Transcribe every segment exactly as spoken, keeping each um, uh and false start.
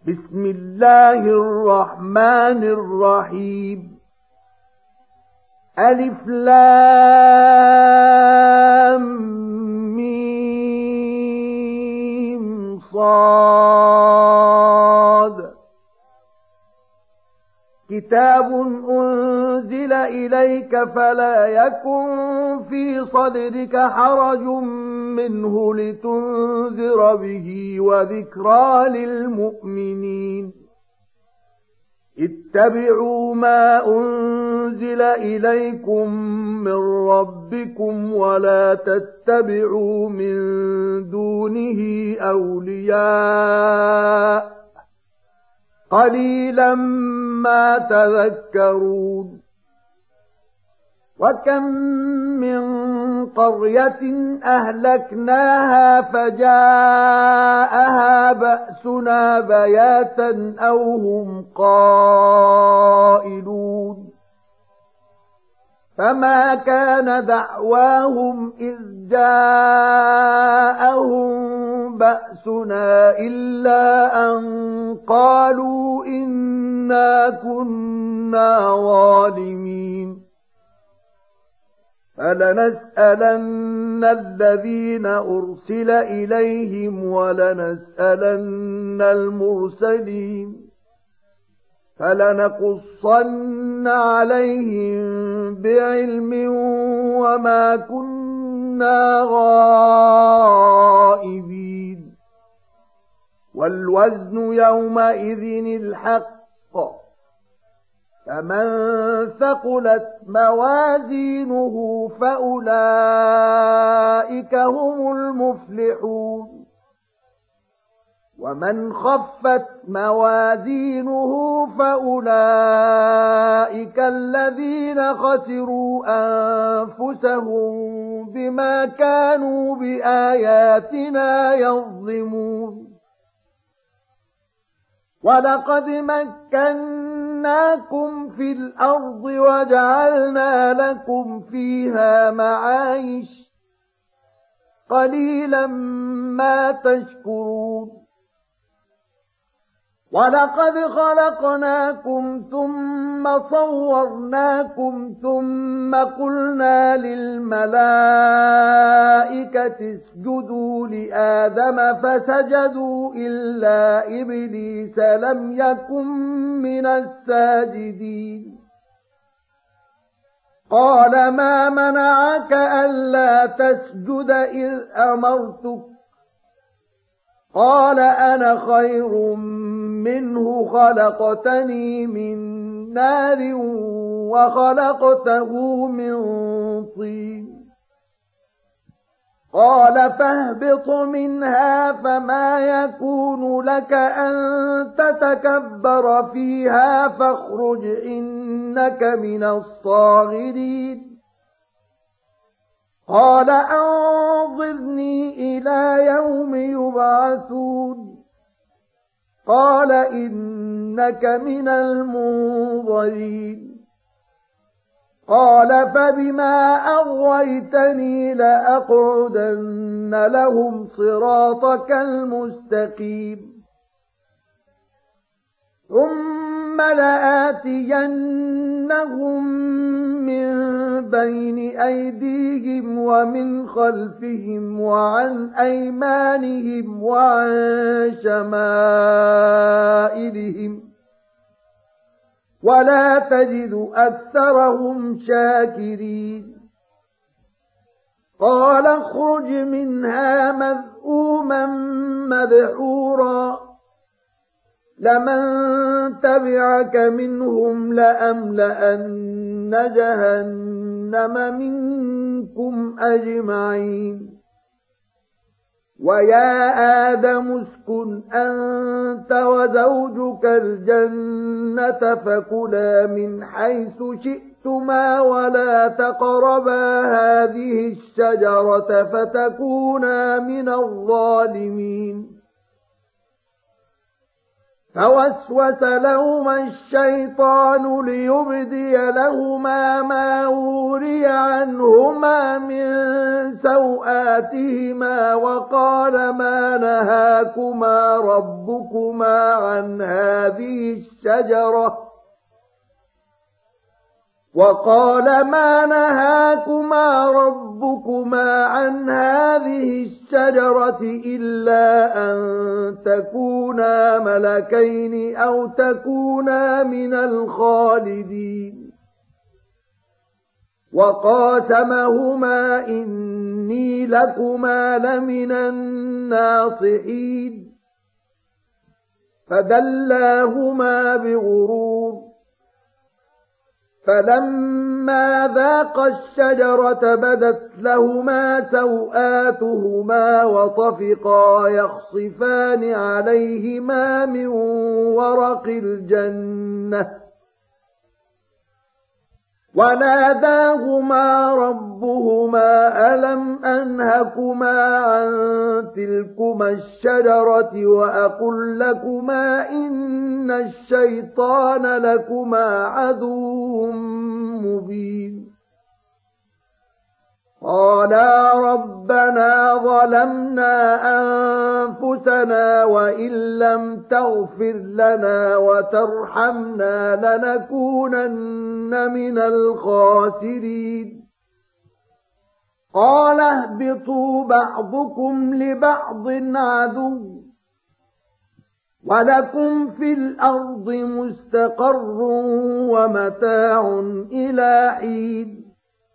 بسم الله الرحمن الرحيم. ألف لام ميم صاد. كتاب أنزل إليك فلا يكن في صدرك حرج منه لتنذر به وذكرى للمؤمنين. اتبعوا ما أنزل إليكم من ربكم ولا تتبعوا من دونه أولياء قليلا ما تذكرون. وكم من قرية أهلكناها فجاءها بأسنا بياتا أو هم قائلون. فما كان دعواهم إذ جاءهم بأسنا إلا أن قالوا إنا كنا ظالمين. فلنسألن الذين أرسل إليهم ولنسألن المرسلين. فلنقصن عليهم بعلم وما كنا غائبين. والوزن يومئذ الحق. فمن ثقلت موازينه فأولئك هم المفلحون. ومن خفت موازينه فأولئك الذين خسروا أنفسهم بما كانوا بآياتنا يظلمون. ولقد مكناكم في الأرض وجعلنا لكم فيها معايش قليلا ما تشكرون. ولقد خلقناكم ثم صورناكم ثم قلنا للملائكة اسجدوا لآدم فسجدوا إلا إبليس لم يكن من الساجدين. قال ما منعك ألا تسجد إذ أمرتك؟ قال أنا خير منه خلقتني من نار وخلقته من طين. قال فاهبط منها فما يكون لك أن تتكبر فيها فاخرج إنك من الصاغرين. قال أنظرني إلى يوم يبعثون. قال إنك من المنظرين. قال فبما أغويتني لأقعدن لهم صراطك المستقيم. ثم لآتينهم من بين أيديهم ومن خلفهم وعن أيمانهم وعن شمائلهم ولا تجد أكثرهم شاكرين. قال اخرج منها مذءوما مدحورا لمن تبعك منهم لأملأن جهنم منكم أجمعين. ويا آدم اسكن أنت وزوجك الجنة فكلا من حيث شئتما ولا تقربا هذه الشجرة فتكونا من الظالمين. فوسوس لهما الشيطان ليبدي لهما ما وري عنهما من سوآتهما وقال ما نهاكما ربكما عن هذه الشجرة وقال ما نهاكما ربكما عن هذه الشجرة إلا أن تكونا ملكين أو تكونا من الخالدين وقاسمهما إني لكما لمن الناصحين فدلاهما بغرور فلما ذاقا الشجرة بدت لهما سوآتهما وطفقا يخصفان عليهما من ورق الجنة وناداهما ربهما ألم أنهكما عن تلكما الشجرة وأقل لكما إن الشيطان لكما عدو مبين قالا ربنا ظلمنا أنفسنا وإن لم تغفر لنا وترحمنا لنكونن من الخاسرين قال اهبطوا بعضكم لبعض عدو ولكم في الأرض مستقر ومتاع إلى حين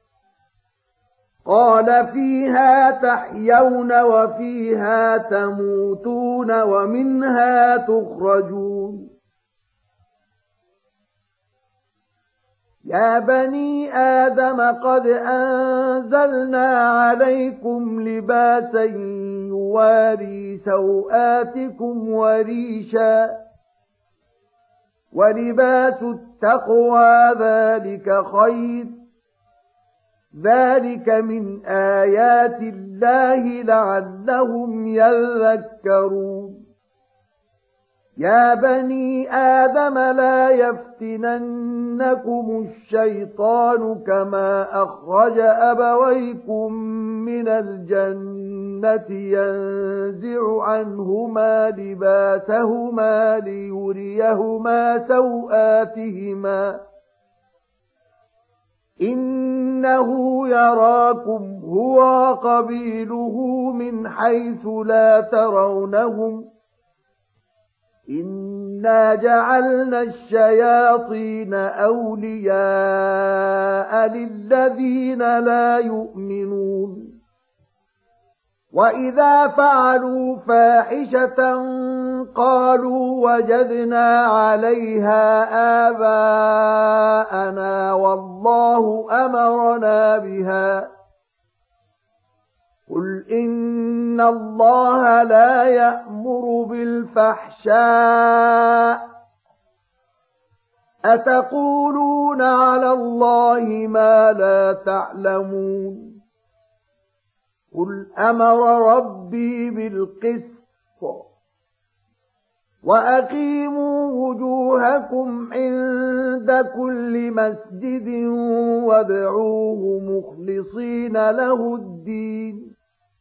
قال فيها تحيون وفيها تموتون ومنها تخرجون يا بني آدم قد أنزلنا عليكم لباسا يواري سوآتكم وريشا ولباس التقوى ذلك خير ذلك من آيات الله لعلهم يذكرون يا بني آدم لا يفتننكم الشيطان كما أخرج أبويكم من الجنة ينزع عنهما لباسهما ليريهما سوآتهما إنه يراكم هو وقبيله من حيث لا ترونهم إنا جعلنا الشياطين أولياء للذين لا يؤمنون وإذا فعلوا فاحشة قالوا وجدنا عليها آباءنا والله أمرنا بها قل إن الله لا يأمر بالفحشاء أتقولون على الله ما لا تعلمون قل أمر ربي بالقسط وأقيموا وجوهكم عند كل مسجد وادعوه مخلصين له الدين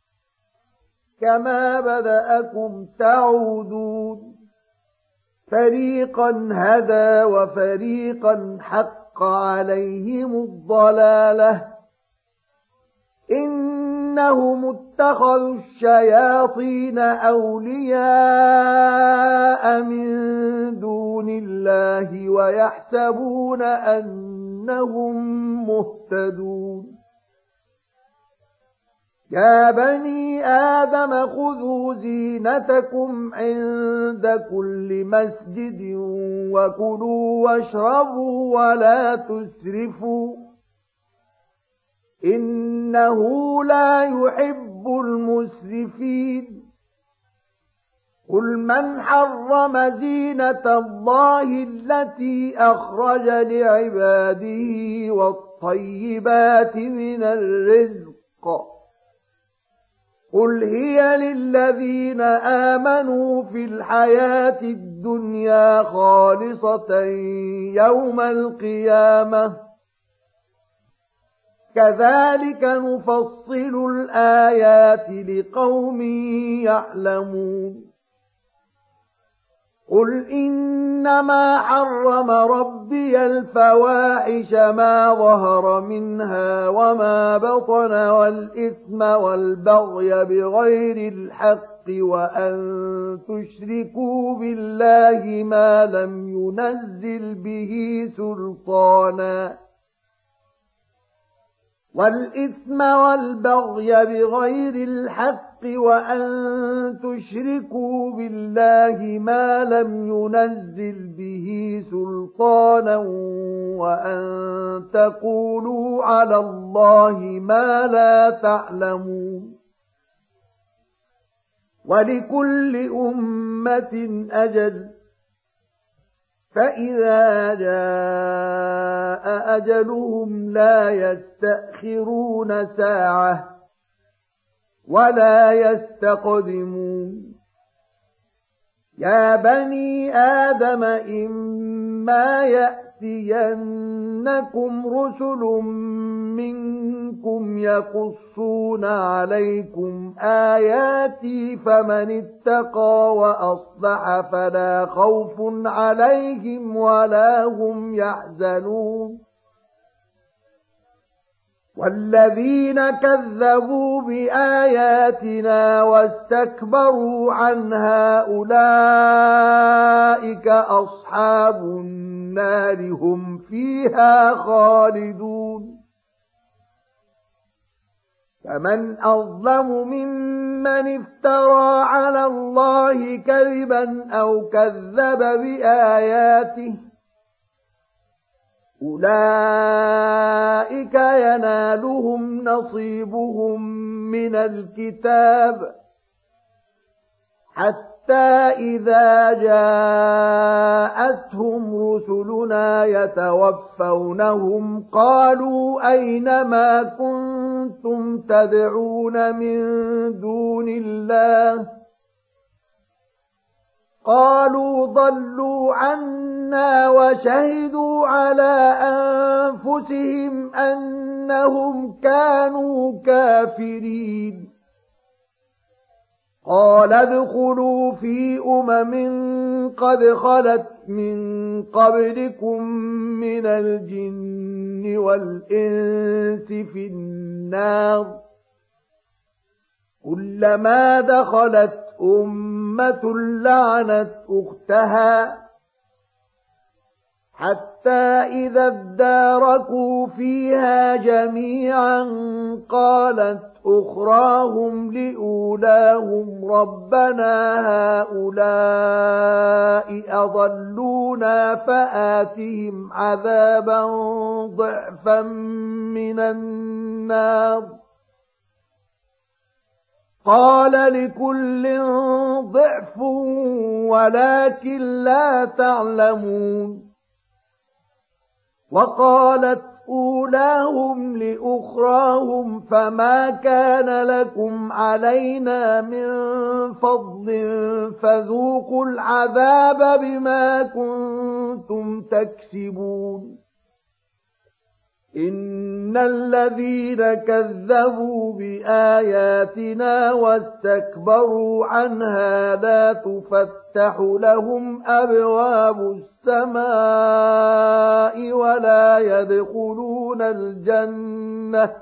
كما بدأكم تعودون فريقا هدى وفريقا حق عليهم الضلالة إنهم اتخذوا الشياطين أولياء من دون الله ويحسبون أنهم مهتدون يا بني آدم خذوا زينتكم عند كل مسجد وكلوا واشربوا ولا تسرفوا إنه لا يحب المسرفين قل من حرم زينة الله التي أخرج لعباده والطيبات من الرزق قل هي للذين آمنوا في الحياة الدنيا خالصة يوم القيامة كذلك نفصل الآيات لقوم يعلمون قل إنما حرم ربي الفواحش ما ظهر منها وما بطن والإثم والبغي بغير الحق وأن تشركوا بالله ما لم ينزل به سلطانا والإثم والبغي بغير الحق وأن تشركوا بالله ما لم ينزل به سلطانا وأن تقولوا على الله ما لا تعلمون ولكل أمة أجل فإذا جاء أجلهم لا يستأخرون ساعة ولا يستقدمون يا بني آدم إما يأتينكم رسل منكم يقصون عليكم آياتي فمن اتقى وأصلح فلا خوف عليهم ولا هم يحزنون والذين كذبوا بآياتنا واستكبروا عنها أولئك أصحاب النار هم فيها خالدون فمن أظلم ممن افترى على الله كذبا أو كذب بآياته أولئك ينالهم نصيبهم من الكتاب حتى إذا جاءتهم رسلنا يتوفونهم قالوا أين ما كنتم تدعون من دون الله قالوا ضلوا عنا وشهدوا على أنفسهم أنهم كانوا كافرين قال ادخلوا في أمم قد خلت من قبلكم من الجن والإنس في النار كلما دخلت أمة لعنت أختها حتى إذا اداركوا فيها جميعا قالت أخراهم لأولاهم ربنا هؤلاء أضلونا فآتهم عذابا ضعفا من النار قال لكل ضعف ولكن لا تعلمون وقالت أولاهم لأخراهم فما كان لكم علينا من فضل فذوقوا العذاب بما كنتم تكسبون إن الذين كذبوا بآياتنا واستكبروا عنها لا تفتح لهم أبواب السماء ولا يدخلون الجنة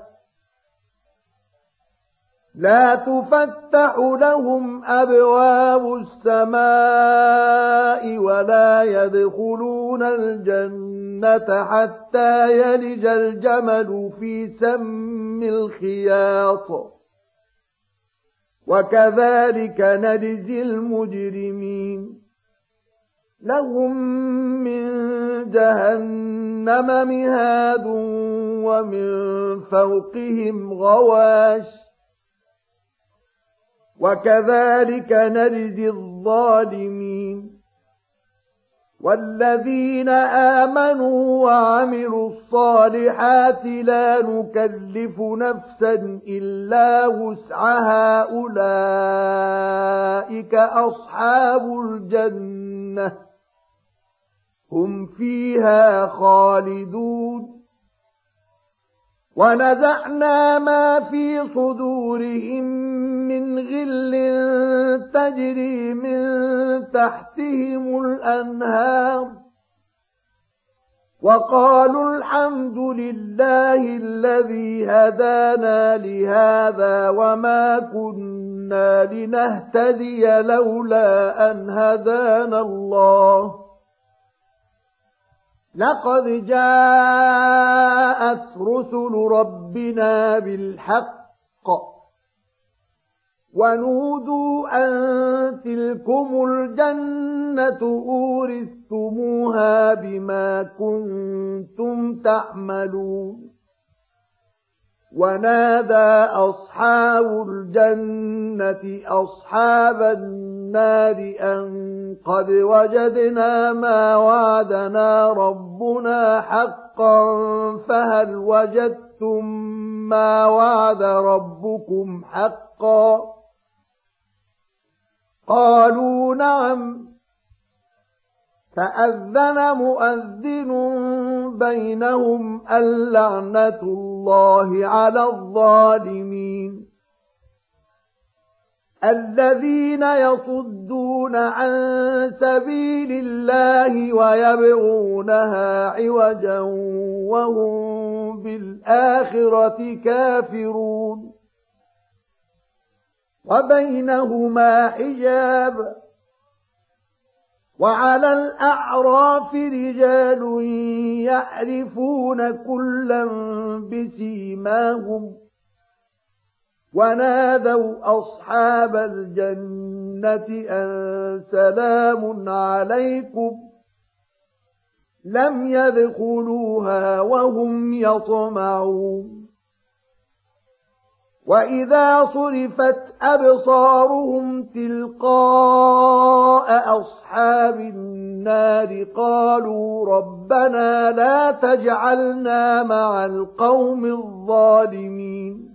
لا تفتح لهم أبواب السماء ولا يدخلون الجنة حتى يلج الجمل في سم الخياط وكذلك نجزي المجرمين لهم من جهنم مهاد ومن فوقهم غواش وكذلك نجزي الظالمين والذين آمنوا وعملوا الصالحات لا نكلف نفسا إلا وسعها أولئك أصحاب الجنة هم فيها خالدون ونزعنا ما في صدورهم من غل تجري من تحتهم الأنهار وقالوا الحمد لله الذي هدانا لهذا وما كنا لنهتدي لولا أن هدانا الله لقد جاءت رسل ربنا بالحق ونودوا أن تلكم الجنة أورثتموها بما كنتم تعملون ونادى أصحاب الجنة أصحاب النار أن قد وجدنا ما وعدنا ربنا حقا فهل وجدتم ما وعد ربكم حقا قالوا نعم فأذن مؤذن بينهم اللعنة الله على الظالمين الذين يصدون عن سبيل الله ويبغونها عوجا وهم بالآخرة كافرون وبينهما حجاب وعلى الأعراف رجال يعرفون كلا بسيماهم ونادوا أصحاب الجنة أن سلام عليكم لم يدخلوها وهم يطمعون وإذا صرفت أبصارهم تلقاء أصحاب النار قالوا ربنا لا تجعلنا مع القوم الظالمين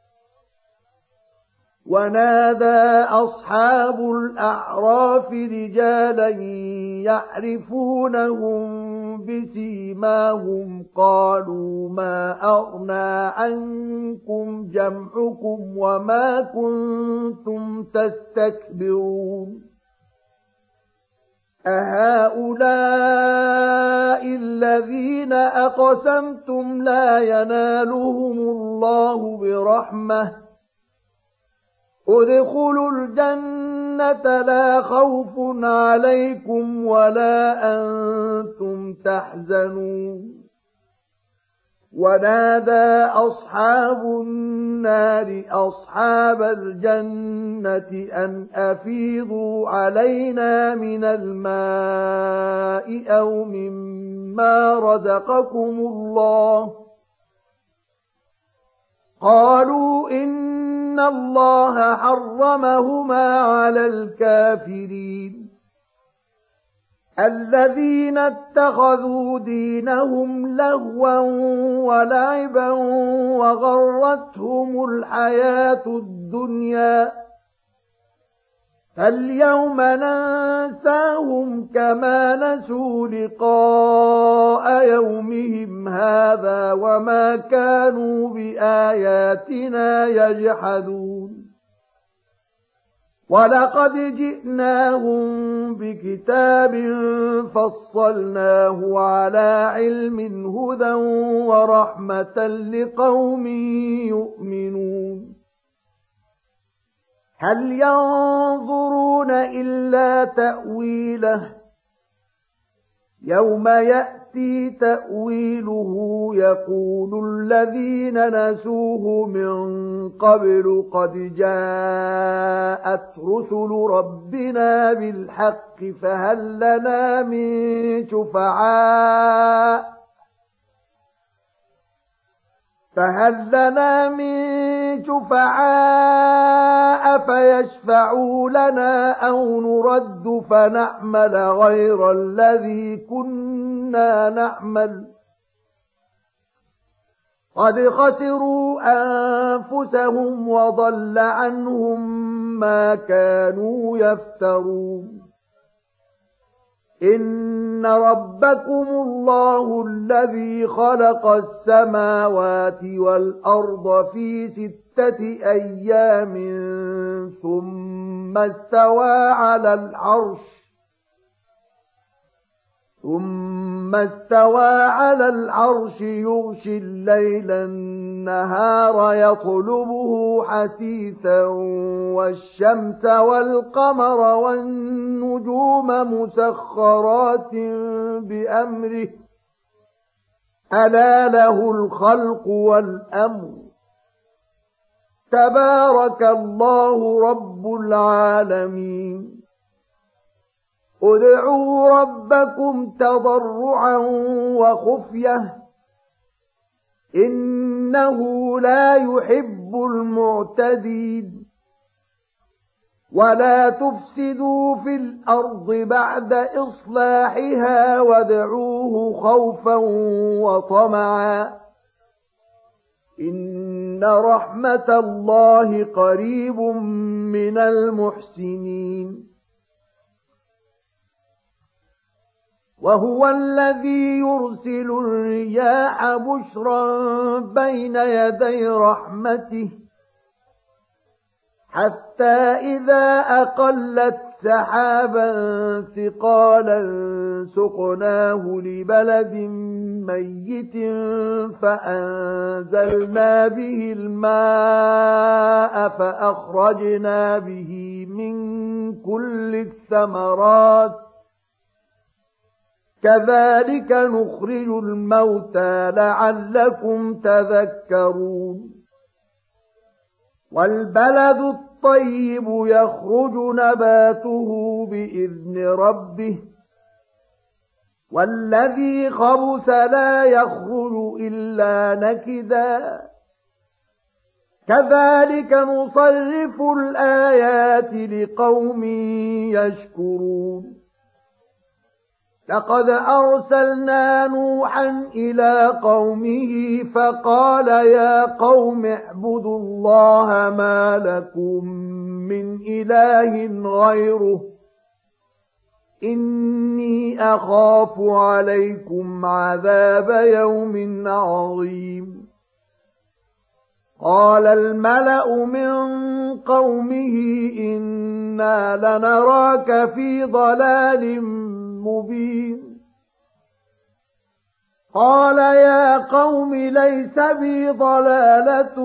ونادى أصحاب الأعراف رجالا يعرفونهم بسيماهم قالوا ما أغنى عنكم جمعكم وما كنتم تستكبرون أهؤلاء الذين أقسمتم لا ينالهم الله برحمة ادخلوا الجنة لا خوف عليكم ولا أنتم تحزنون ونادى أصحاب النار أصحاب الجنة أن أفيضوا علينا من الماء أو مما رزقكم الله قالوا إن الله حرمهما على الكافرين الذين اتخذوا دينهم لهوا ولعبا وغرتهم الحياة الدنيا فاليوم ننساهم كما نسوا لقاء يومهم هذا وما كانوا بآياتنا يجحدون ولقد جئناهم بكتاب فصلناه على علم هدى ورحمة لقوم يؤمنون هل ينظرون إلا تأويله يوم يأتي تأويله يقول الذين نسوه من قبل قد جاءت رسل ربنا بالحق فهل لنا من شفعاء فهل لنا من شفعاء فيشفعوا لنا أو نرد فنعمل غير الذي كنا نعمل قد خسروا أنفسهم وضل عنهم ما كانوا يفترون إن ربكم الله الذي خلق السماوات والأرض في ستة أيام ثم استوى على العرش ثم استوى على العرش يغشي الليل النهار يطلبه حثيثا والشمس والقمر والنجوم مسخرات بأمره ألا له الخلق والأمر تبارك الله رب العالمين ادعوا ربكم تضرعا وخفية إنه لا يحب المعتدين ولا تفسدوا في الأرض بعد إصلاحها وادعوه خوفا وطمعا إن رحمة الله قريب من المحسنين وهو الذي يرسل الرياح بشرا بين يدي رحمته حتى إذا أقلت سحابا ثقالا سقناه لبلد ميت فأنزلنا به الماء فأخرجنا به من كل الثمرات كذلك نخرج الموتى لعلكم تذكرون والبلد الطيب يخرج نباته بإذن ربه والذي خبث لا يخرج إلا نكدا كذلك نصرف الآيات لقوم يشكرون لقد أرسلنا نوحا إلى قومه فقال يا قوم اعبدوا الله ما لكم من إله غيره إني أخاف عليكم عذاب يوم عظيم قال الملأ من قومه إنا لنراك في ضلال مبين قال يا قوم ليس بي ضلالة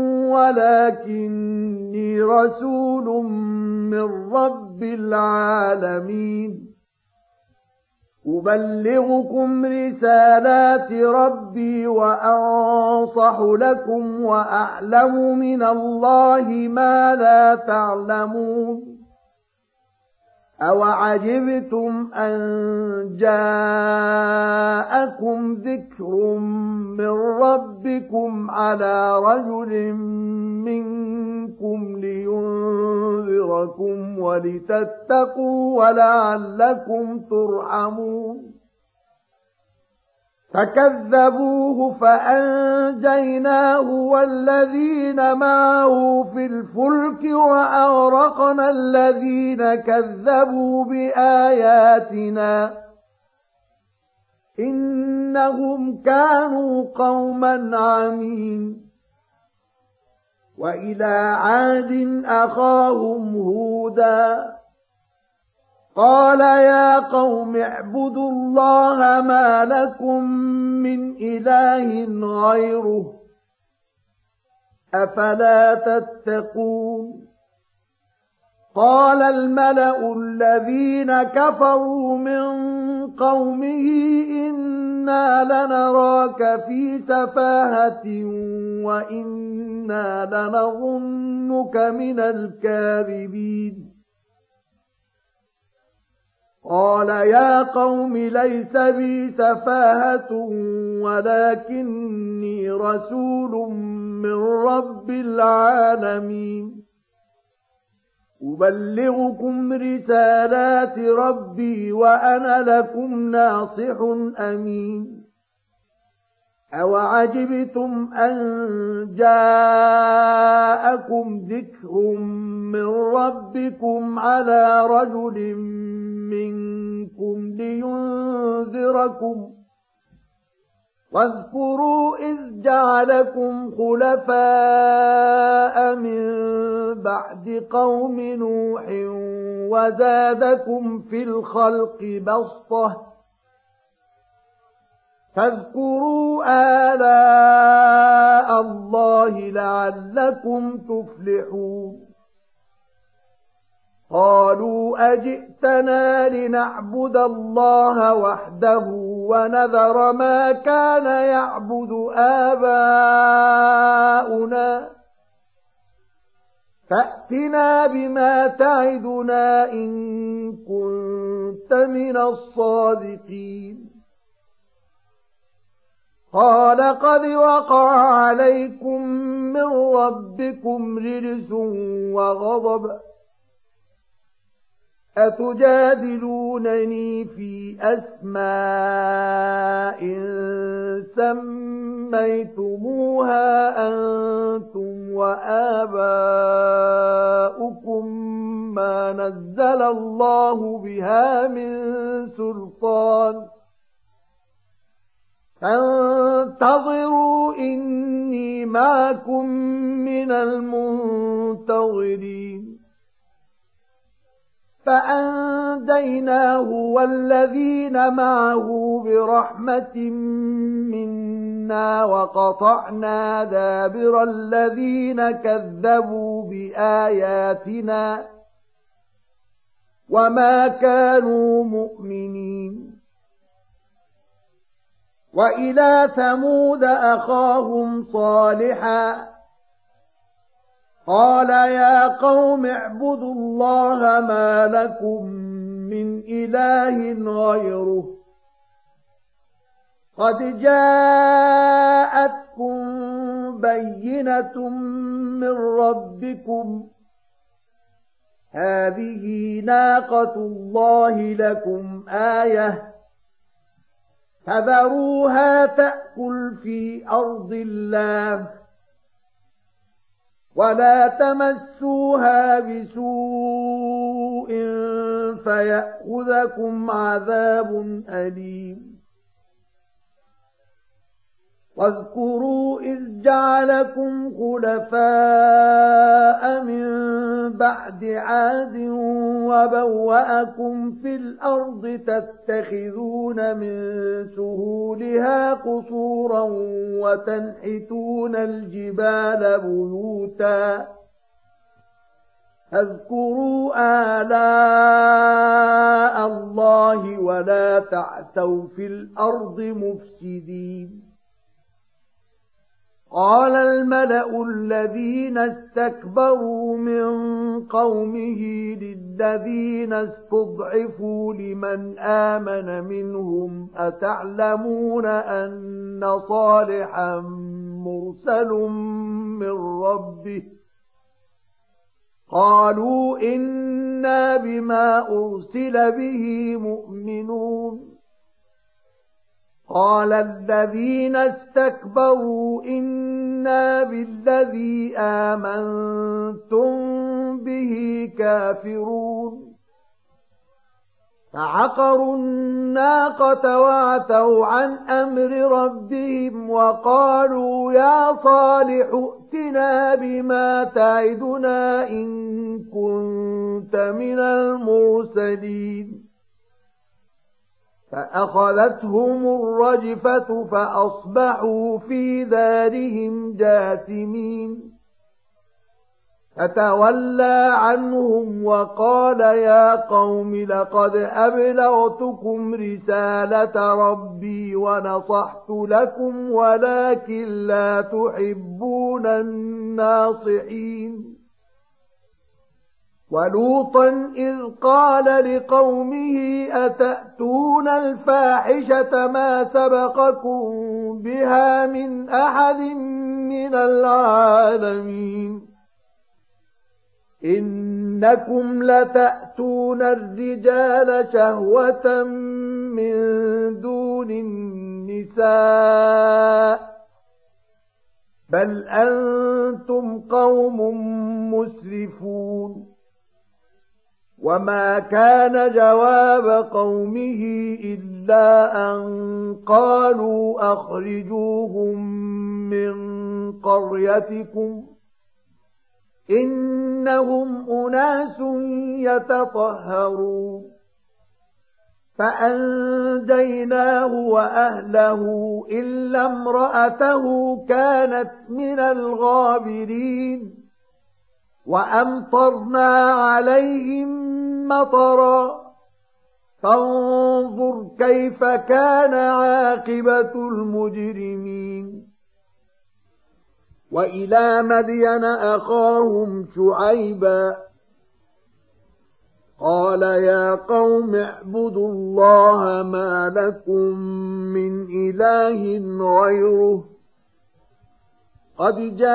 ولكني رسول من رب العالمين أبلغكم رسالات ربي وأنصح لكم وأعلم من الله ما لا تعلمون أوعجبتم أن جاءكم ذكر من ربكم على رجل منكم لينذركم ولتتقوا ولعلكم ترحمون فكذبوه فأنجيناه والذين معه في الفلك وأغرقنا الذين كذبوا بآياتنا إنهم كانوا قوما عمين وإلى عاد أخاهم هودا قال يا قوم اعبدوا الله ما لكم من إله غيره أفلا تتقون قال الملأ الذين كفروا من قومه إنا لنراك في سفاهة وإنا لنظنك من الكاذبين قال يا قوم ليس بي سفاهة ولكني رسول من رب العالمين أبلغكم رسالات ربي وأنا لكم ناصح أمين أوعجبتم أن جاءكم ذكر من ربكم على رجل منكم لينذركم واذكروا إذ جعلكم خلفاء من بعد قوم نوح وزادكم في الخلق بسطة فاذكروا آلاء الله لعلكم تفلحون قالوا أجئتنا لنعبد الله وحده ونذر ما كان يعبد آباؤنا فأتنا بما تعدنا إن كنت من الصادقين قال قد وقع عليكم من ربكم رجس وغضب أتجادلونني في أسماء سميتموها أنتم وآباؤكم ما نزل الله بها من سلطان فانتظروا إني معكم من المنتظرين فأنجيناه والذين معه برحمة منا وقطعنا دابر الذين كذبوا بآياتنا وما كانوا مؤمنين وإلى ثمود أخاهم صالحا قال يا قوم اعبدوا الله ما لكم من إله غيره قد جاءتكم بينة من ربكم هذه ناقة الله لكم آية فذروها تأكل في أرض الله ولا تمسوها بسوء فيأخذكم عذاب أليم واذكروا إذ جعلكم خلفاء من بعد عاد وبوأكم في الأرض تتخذون من سهولها قصورا وتنحتون الجبال بيوتا فاذكروا آلاء الله ولا تعثوا في الأرض مفسدين قال الملأ الذين استكبروا من قومه للذين استضعفوا لمن آمن منهم أتعلمون أن صالحا مرسل من ربه قالوا إنا بما أرسل به مؤمنون قال الذين استكبروا إنا بالذي آمنتم به كافرون فعقروا الناقة وعتوا عن أمر ربهم وقالوا يا صالح ائتنا بما تعدنا إن كنت من المرسلين فأخذتهم الرجفة فأصبحوا في دارهم جاثمين فتولى عنهم وقال يا قوم لقد أبلغتكم رسالة ربي ونصحت لكم ولكن لا تحبون الناصحين ولوطا إذ قال لقومه أتأتون الفاحشة ما سبقكم بها من أحد من العالمين إنكم لتأتون الرجال شهوة من دون النساء بل أنتم قوم مسرفون وما كان جواب قومه إلا أن قالوا أخرجوهم من قريتكم إنهم أناس يتطهرون فأنجيناه وأهله إلا امرأته كانت من الغابرين وأمطرنا عليهم مطرا فانظر كيف كان عاقبة المجرمين وإلى مدين أخاهم شعيبا قال يا قوم اعبدوا الله ما لكم من إله غيره قد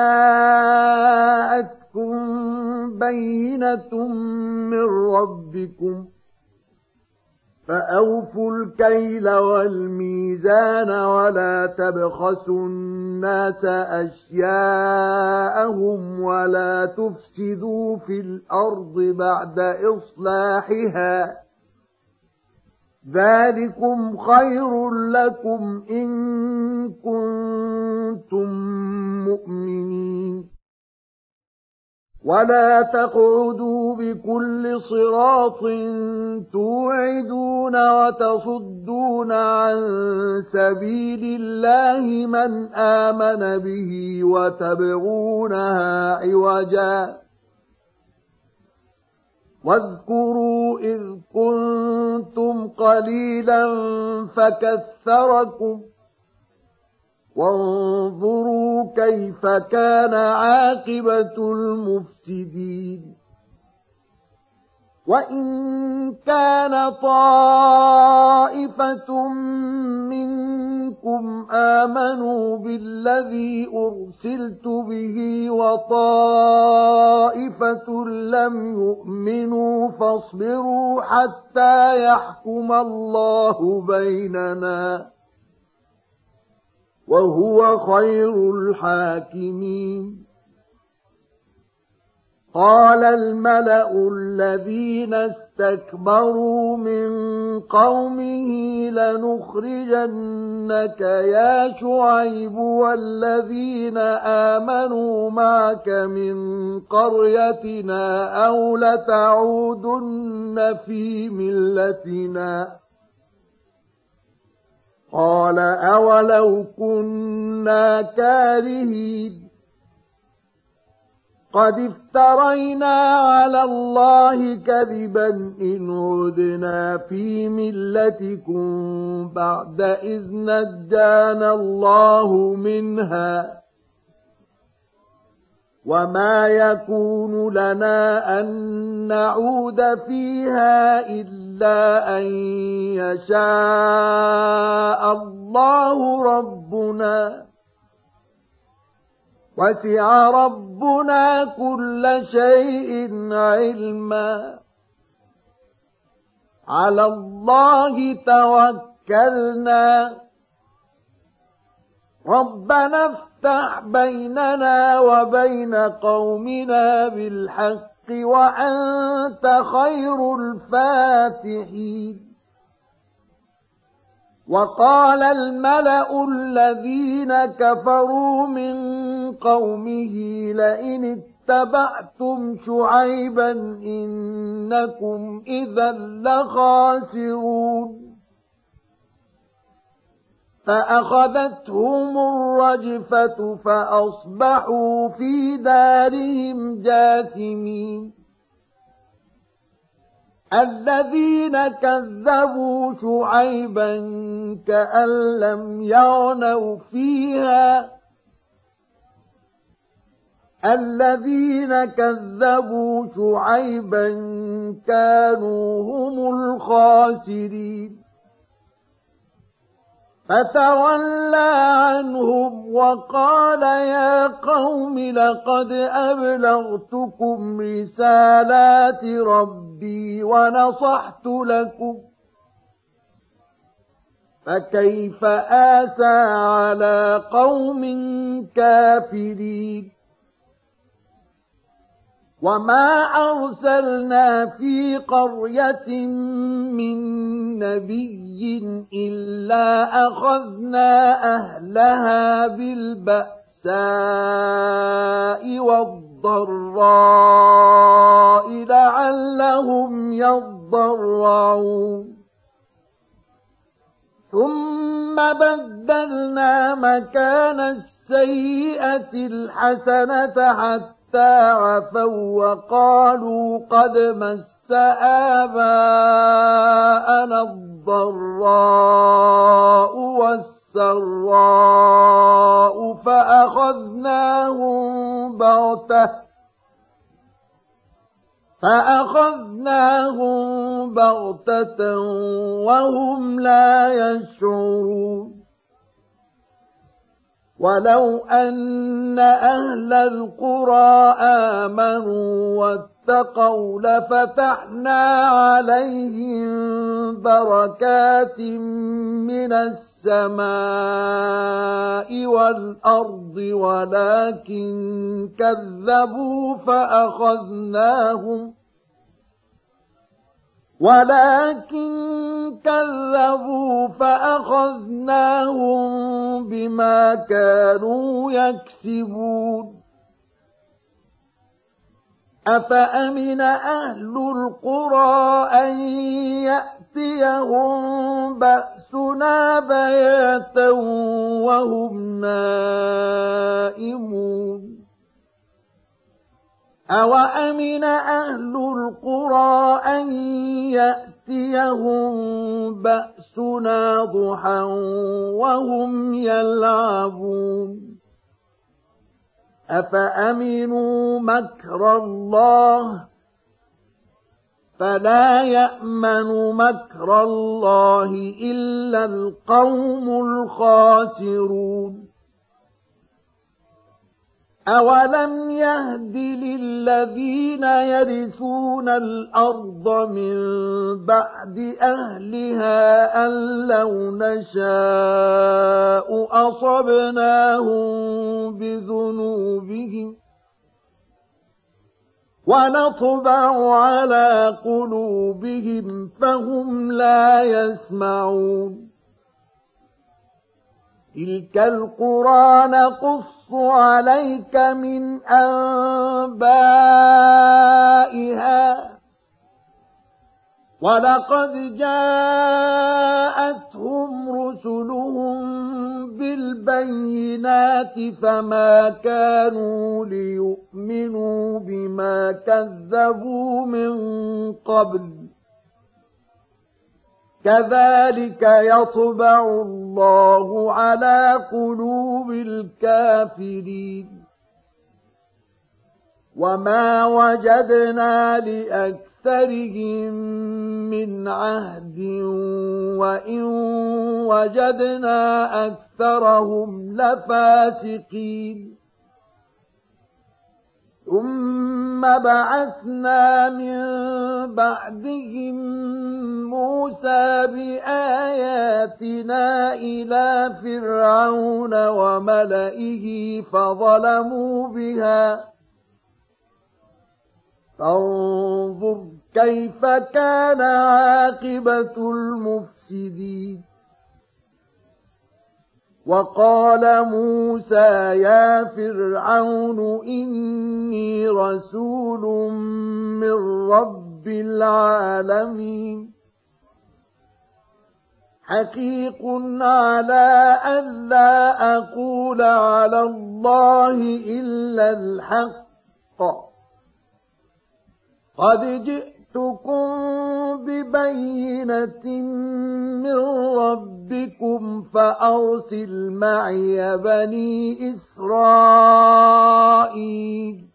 جاءتكم بينة من ربكم فأوفوا الكيل والميزان ولا تبخسوا الناس أشياءهم ولا تفسدوا في الأرض بعد إصلاحها ذلكم خير لكم إن كنتم مؤمنين ولا تقعدوا بكل صراط توعدون وتصدون عن سبيل الله من آمن به وتبغونها عوجا واذكروا إذ كنتم قليلا فكثركم وانظروا كيف كان عاقبة المفسدين وإن كان طائفة منكم آمنوا بالذي أرسلت به وطائفة لم يؤمنوا فاصبروا حتى يحكم الله بيننا وهو خير الحاكمين قال الملأ الذين استكبروا من قومه لنخرجنك يا شعيب والذين آمنوا معك من قريتنا أو لتعودن في ملتنا قال أولو كنا كارهين قد افترينا على الله كذبا إن عدنا في ملتكم بعد إذ نجانا الله منها وما يكون لنا أن نعود فيها إلا أن يشاء الله ربنا وسع ربنا كل شيء علما على الله توكلنا ربنا افتح بيننا وبين قومنا بالحق وأنت خير الفاتحين وقال الملأ الذين كفروا من قومه لئن اتبعتم شعيبا إنكم إذا لخاسرون فأخذتهم الرجفة فأصبحوا في دارهم جاثمين الذين كذبوا شعيبا كأن لم يغنوا فيها الذين كذبوا شعيبا كانوا هم الخاسرين فتولى عنهم وقال يا قوم لقد أبلغتكم رسالات ربي ونصحت لكم فكيف آسى على قوم كافرين وما أرسلنا في قرية من نبي إلا أخذنا أهلها بالبأساء والضراء لعلهم يضرعون ثم بدلنا مكان السيئة الحسنة حتى عفوا وقالوا قد مس آباءنا الضراء والسراء فأخذناهم بغتة فأخذناهم بغتة وهم لا يشعرون ولو أن أهل القرى آمنوا واتقوا لفتحنا عليهم بركات من السماء والأرض ولكن كذبوا فأخذناهم ولكن كذبوا فأخذناهم بما كانوا يكسبون أفأمن أهل القرى أن يأتيهم بأسنا بياتا وهم نائمون أوأمن أهل القرى أن يأتيهم بأسنا ضحى وهم يلعبون أفأمنوا مكر الله فلا يأمن مكر الله إلا القوم الخاسرون أولم يهد للذين يرثون الأرض من بعد أهلها أن لو نشاء أصبناهم بذنوبهم ونطبع على قلوبهم فهم لا يسمعون تلك القرى نقص عليك من أنبائها ولقد جاءتهم رسلهم بالبينات فما كانوا ليؤمنوا بما كذبوا من قبل كذلك يطبع الله على قلوب الكافرين وما وجدنا لأكثرهم من عهد وإن وجدنا أكثرهم لفاسقين ثم بعثنا من بعدهم موسى بآياتنا إلى فرعون وملئه فظلموا بها فانظر كيف كان عاقبة المفسدين وقال موسى يا فرعون إني رسول من رب العالمين حقيق على أن لا أقول على الله إلا الحق قد جئت جئتكم ببينة من ربكم فأرسل معي بني إسرائيل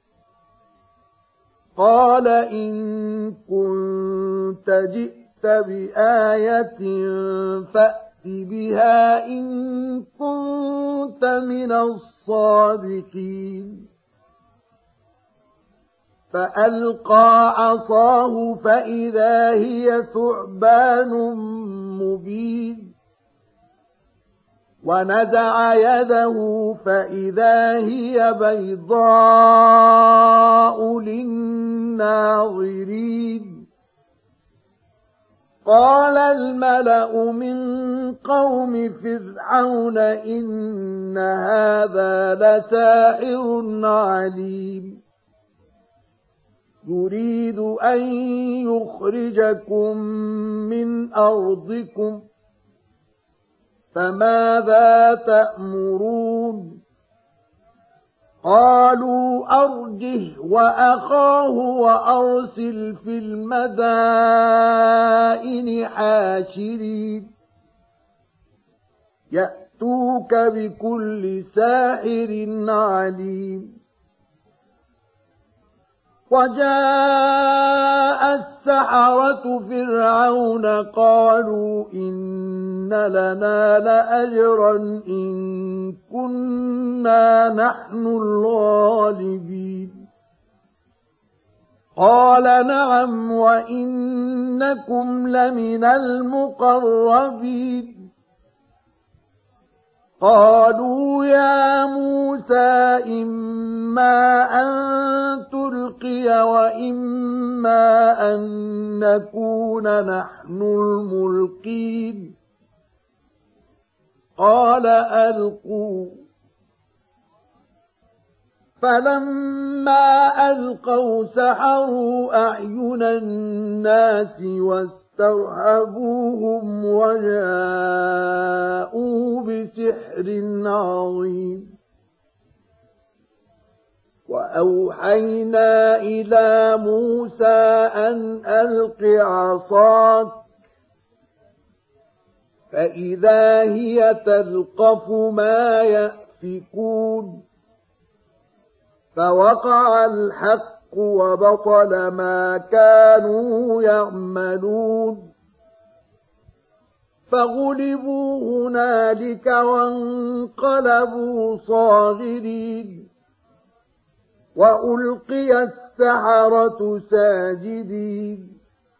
قال إن كنت جئت بآية فأت بها إن كنت من الصادقين فألقى عصاه فإذا هي ثعبان مبين ونزع يده فإذا هي بيضاء للناظرين قال الملأ من قوم فرعون إن هذا لساحر عليم يريد أن يخرجكم من أرضكم فماذا تأمرون قالوا أرجه وأخاه وأرسل في المدائن حاشرين يأتوك بكل ساحر عليم وجاء السحرة فرعون قالوا إن لنا لأجرا إن كنا نحن الغالبين قال نعم وإنكم لمن المقربين قالوا يا موسى إما أن تلقي وإما أن نكون نحن الملقين قال ألقوا فلما ألقوا سحروا أعين الناس واسترهبوهم وجاءوا بسحر عظيم وأوحينا إلى موسى أن ألق عصاك فإذا هي تلقف ما يأفكون فوقع الحق وبطل ما كانوا يعملون فغلبوا هنالك وانقلبوا صاغرين وألقي السحرة ساجدين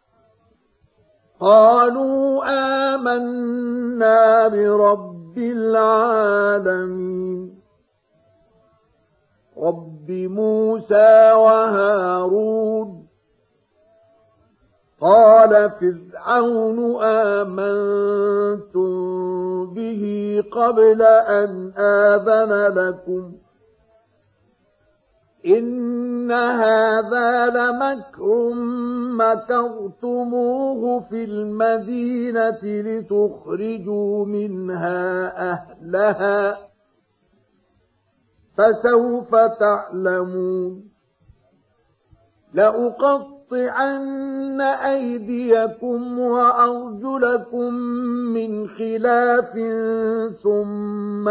قالوا آمنا برب العالمين رب موسى وهارون قال فرعون آمنتم به قبل أن آذن لكم إن هذا لمكر مكرتموه في المدينة لتخرجوا منها أهلها فسوف تعلمون لأقطعن أيديكم وأرجلكم من خلاف ثم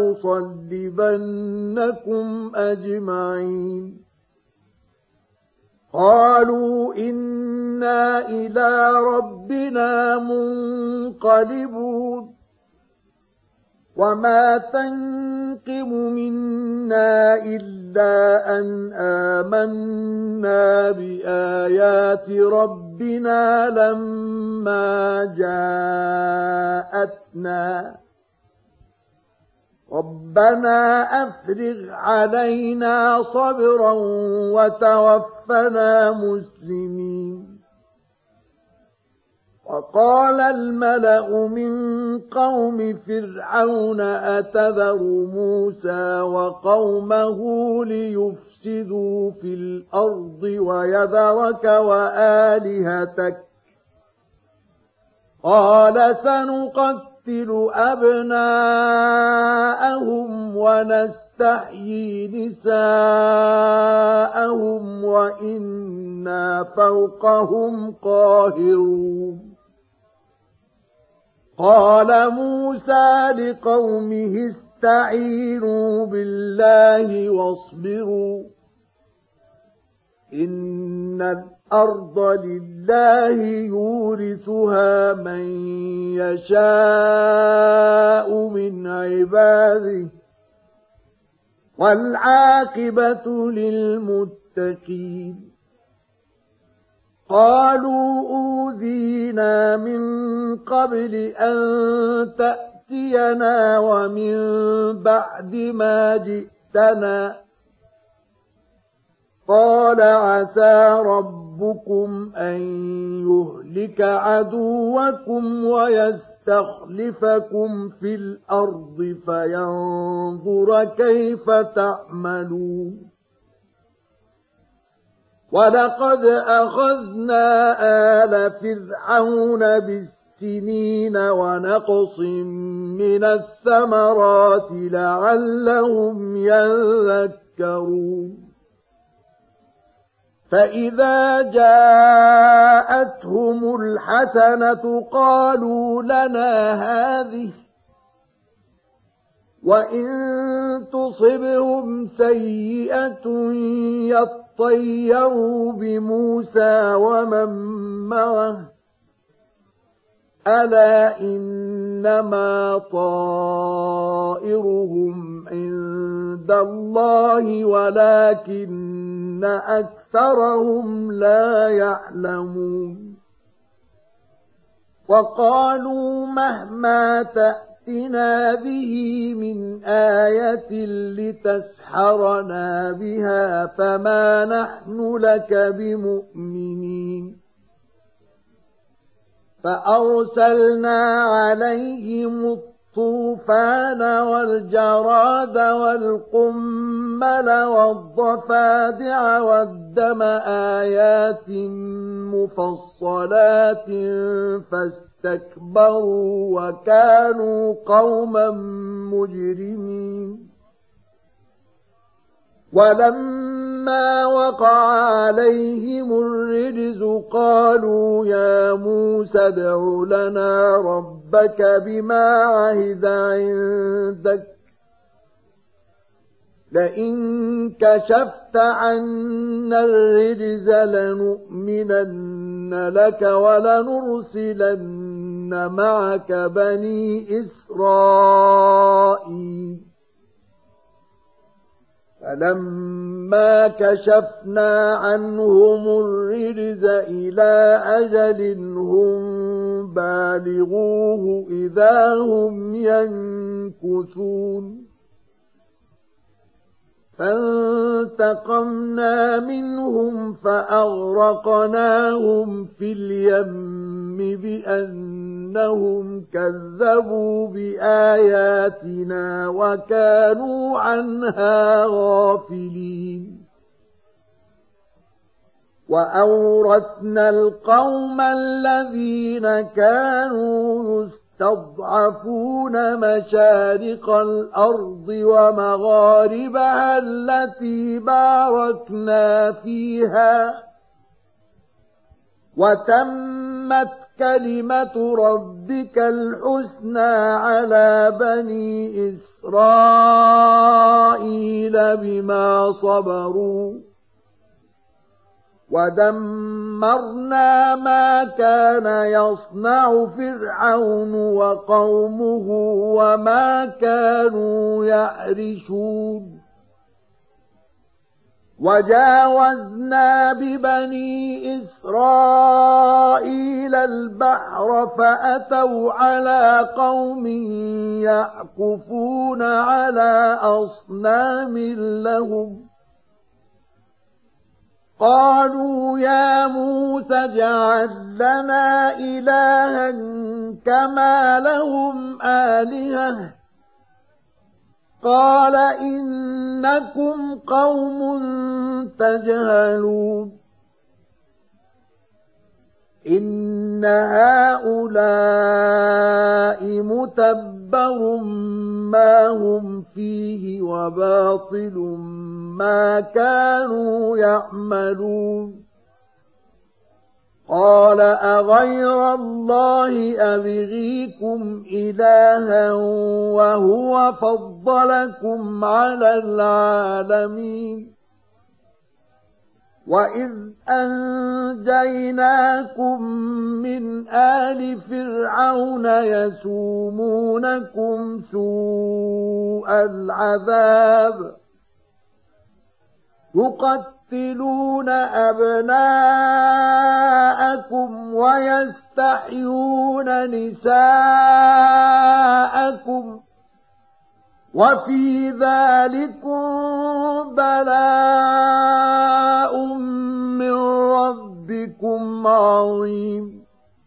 لأصلبنكم أجمعين قالوا إنا إلى ربنا منقلبون وما تنقم منا إلا أن آمنا بآيات ربنا لما جاءتنا ربنا أفرغ علينا صبرا وتوفنا مسلمين وقال الملأ من قوم فرعون أتذر موسى وقومه ليفسدوا في الأرض ويذرك وآلهتك قال سنقتل أبناءهم ونستحيي نساءهم وإنا إنا فوقهم قاهرون قال موسى لقومه استعينوا بالله واصبروا إن الأرض لله يورثها من يشاء من عباده والعاقبة للمتقين قالوا أوذينا من قبل أن تأتينا ومن بعد ما جئتنا قال عسى ربكم أن يهلك عدوكم ويستخلفكم في الأرض فينظر كيف تعملون ولقد أخذنا آل فرعون بالسنين ونقص من الثمرات لعلهم يذكرون فإذا جاءتهم الحسنة قالوا لنا هذه وإن تصبهم سيئة يطيروا بموسى ومن معه ألا إنما طائرهم عند الله ولكن أكثرهم لا يعلمون وقالوا مهما تأتنا به من آية لتسحرنا بها فما نحن لك بمؤمنين فأرسلنا عليهم الطوفان والجراد والقمل والضفادع والدم آيات مفصلات فاستكبروا وكانوا قوما مجرمين ولما وقع عليهم الرجز قالوا يا موسى ادع لنا ربك بما عهد عندك لئن كشفت عنا الرجز لنؤمنن لك ولنرسلن معك بني إسرائيل فلما كشفنا عنهم الرجز إلى أجل هم بالغوه إذا هم ينكثون فانتقمنا منهم فأغرقناهم في اليم بأنهم كذبوا بآياتنا وكانوا عنها غافلين وأورثنا القوم الذين كانوا يستضعفون مشارق الأرض ومغاربها التي باركنا فيها وتمت كلمة ربك الحسنى على بني إسرائيل بما صبروا ودمرنا ما كان يصنع فرعون وقومه وما كانوا يعرشون وجاوزنا ببني إسرائيل البحر فأتوا على قوم يعكفون على أصنام لهم قالوا يا موسى اجعل لنا إلها كما لهم آلهة قال إنكم قوم تجهلون إن هؤلاء متبر ما هم فيه وباطل ما كانوا يعملون قال أغير الله أبغيكم إلها وهو فضلكم على العالمين وإذ أنجيناكم من آل فرعون يسومونكم سوء العذاب يقتلون أبناءكم ويستحيون نساءكم وفي ذلكم بلاء من ربكم عظيم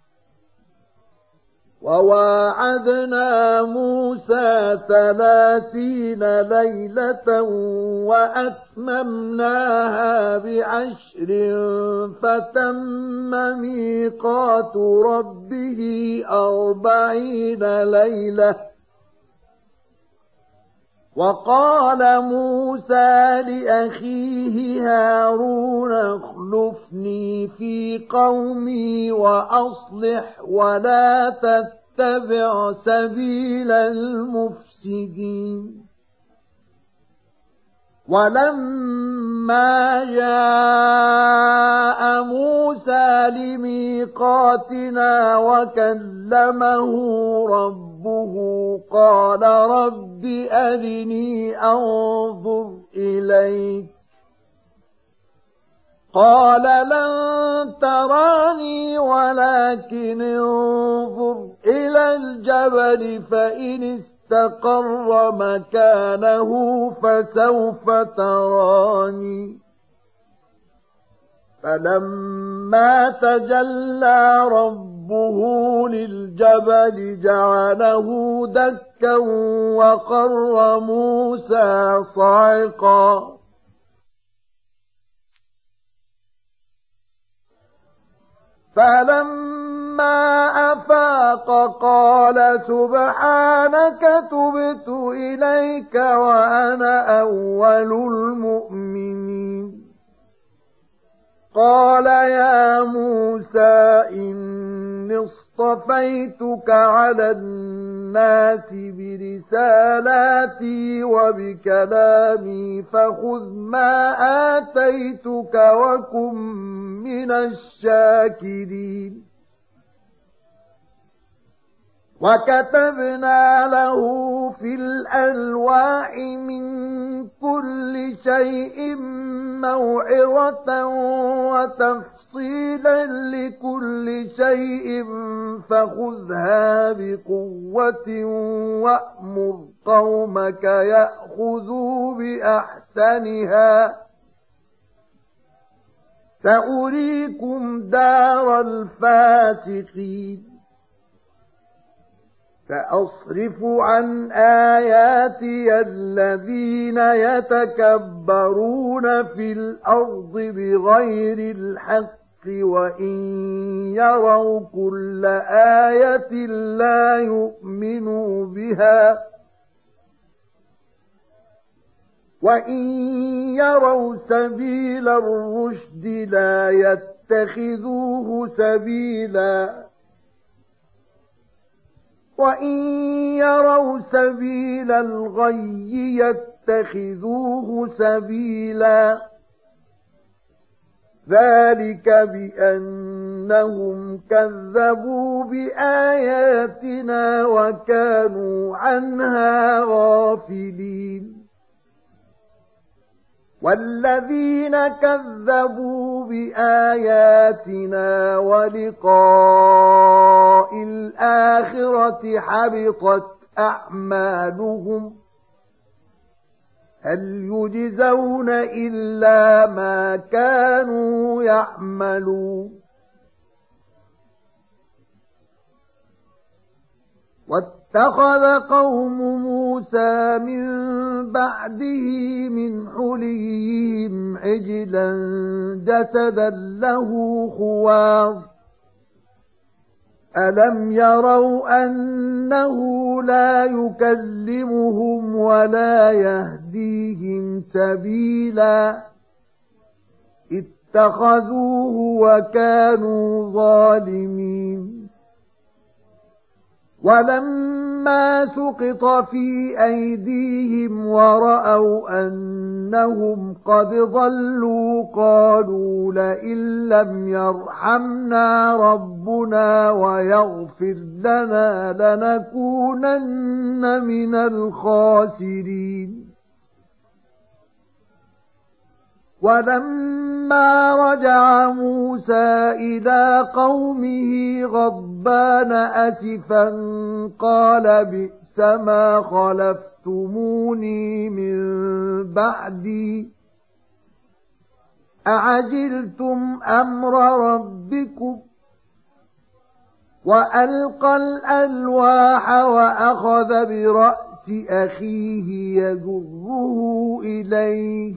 وواعدنا موسى ثلاثين ليلة وأتممناها بعشر فتم ميقات ربه أربعين ليلة وقال موسى لأخيه هارون اخلفني في قومي وأصلح ولا تتبع سبيل المفسدين ولما جاء موسى لميقاتنا وكلمه ربه قال رب أرني أنظر إليك قال لن تراني ولكن انظر إلى الجبل فإن استقر مكانه فسوف تراني فلما تجلى ربه للجبل جعله دكا وخر موسى صعقا فلما أفاق قال سبحانك تبت إليك وأنا أول المؤمنين قال يا موسى إني اصطفيتك على الناس برسالاتي وبكلامي فخذ ما آتيتك وكن من الشاكرين وكتبنا له في الألواح من كل شيء موعظة وتفصيلا لكل شيء فخذها بقوة وأمر قومك يأخذوا بأحسنها سأريكم دار الفاسقين سأصرف عن آياتي الذين يتكبرون في الأرض بغير الحق وإن يروا كل آية لا يؤمنوا بها وإن يروا سبيل الرشد لا يتخذوه سبيلا وإن يروا سبيل الغي يتخذوه سبيلا ذلك بأنهم كذبوا بآياتنا وكانوا عنها غافلين والذين كذبوا بآياتنا ولقاء الآخرة حبطت أعمالهم هل يجزون إلا ما كانوا يعملون واتخذ قوم موسى من بعده من حليهم عجلا جسدا له خوار ألم يروا أنه لا يكلمهم ولا يهديهم سبيلا اتخذوه وكانوا ظالمين. ولما سقط في أيديهم ورأوا أنهم قد ضلوا قالوا لئن لم يرحمنا ربنا ويغفر لنا لنكونن من الخاسرين. ولما رجع موسى إلى قومه غضبان أسفا قال بئس ما خلفتموني من بعدي أعجلتم أمر ربكم. وألقى الألواح وأخذ برأس أخيه يجره إليه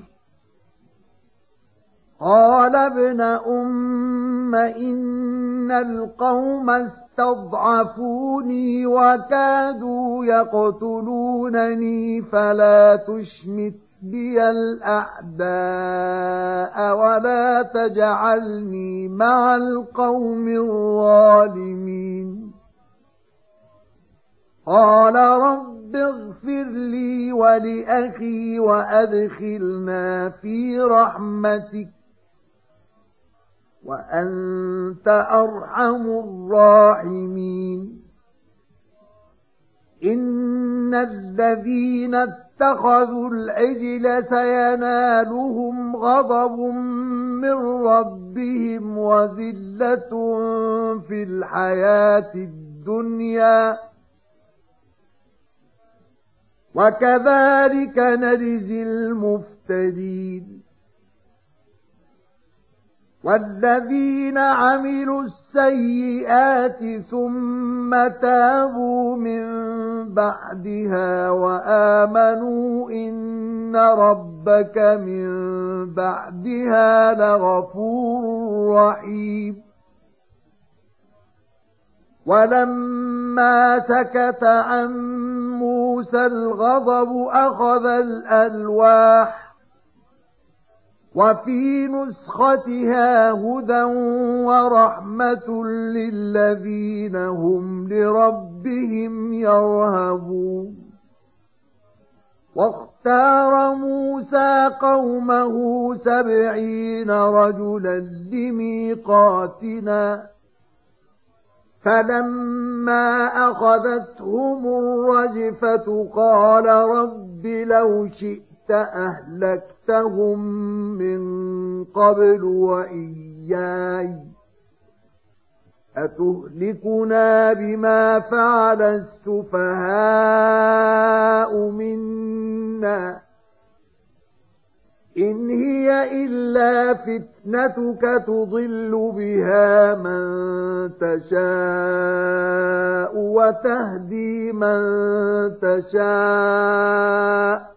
قال ابن أم إن القوم استضعفوني وكادوا يقتلونني فلا تشمت بي الأعداء ولا تجعلني مع القوم الظالمين. قال رب اغفر لي ولأخي وأدخلنا في رحمتك وأنت أرحم الراحمين. إن الذين اتخذوا العجل سينالهم غضب من ربهم وذلة في الحياة الدنيا وكذلك نجزي المفترين. والذين عملوا السيئات ثم تابوا من بعدها وآمنوا إن ربك من بعدها لغفور رحيم. ولما سكت عن موسى الغضب أخذ الألواح وفي نسختها هدى ورحمة للذين هم لربهم يرهبون. واختار موسى قومه سبعين رجلا لميقاتنا فلما أخذتهم الرجفة قال رب لو شئت أهلكتهم من قبل وإياي أتهلكنا بما فعل السفهاء منا إن هي إلا فتنتك تضل بها من تشاء وتهدي من تشاء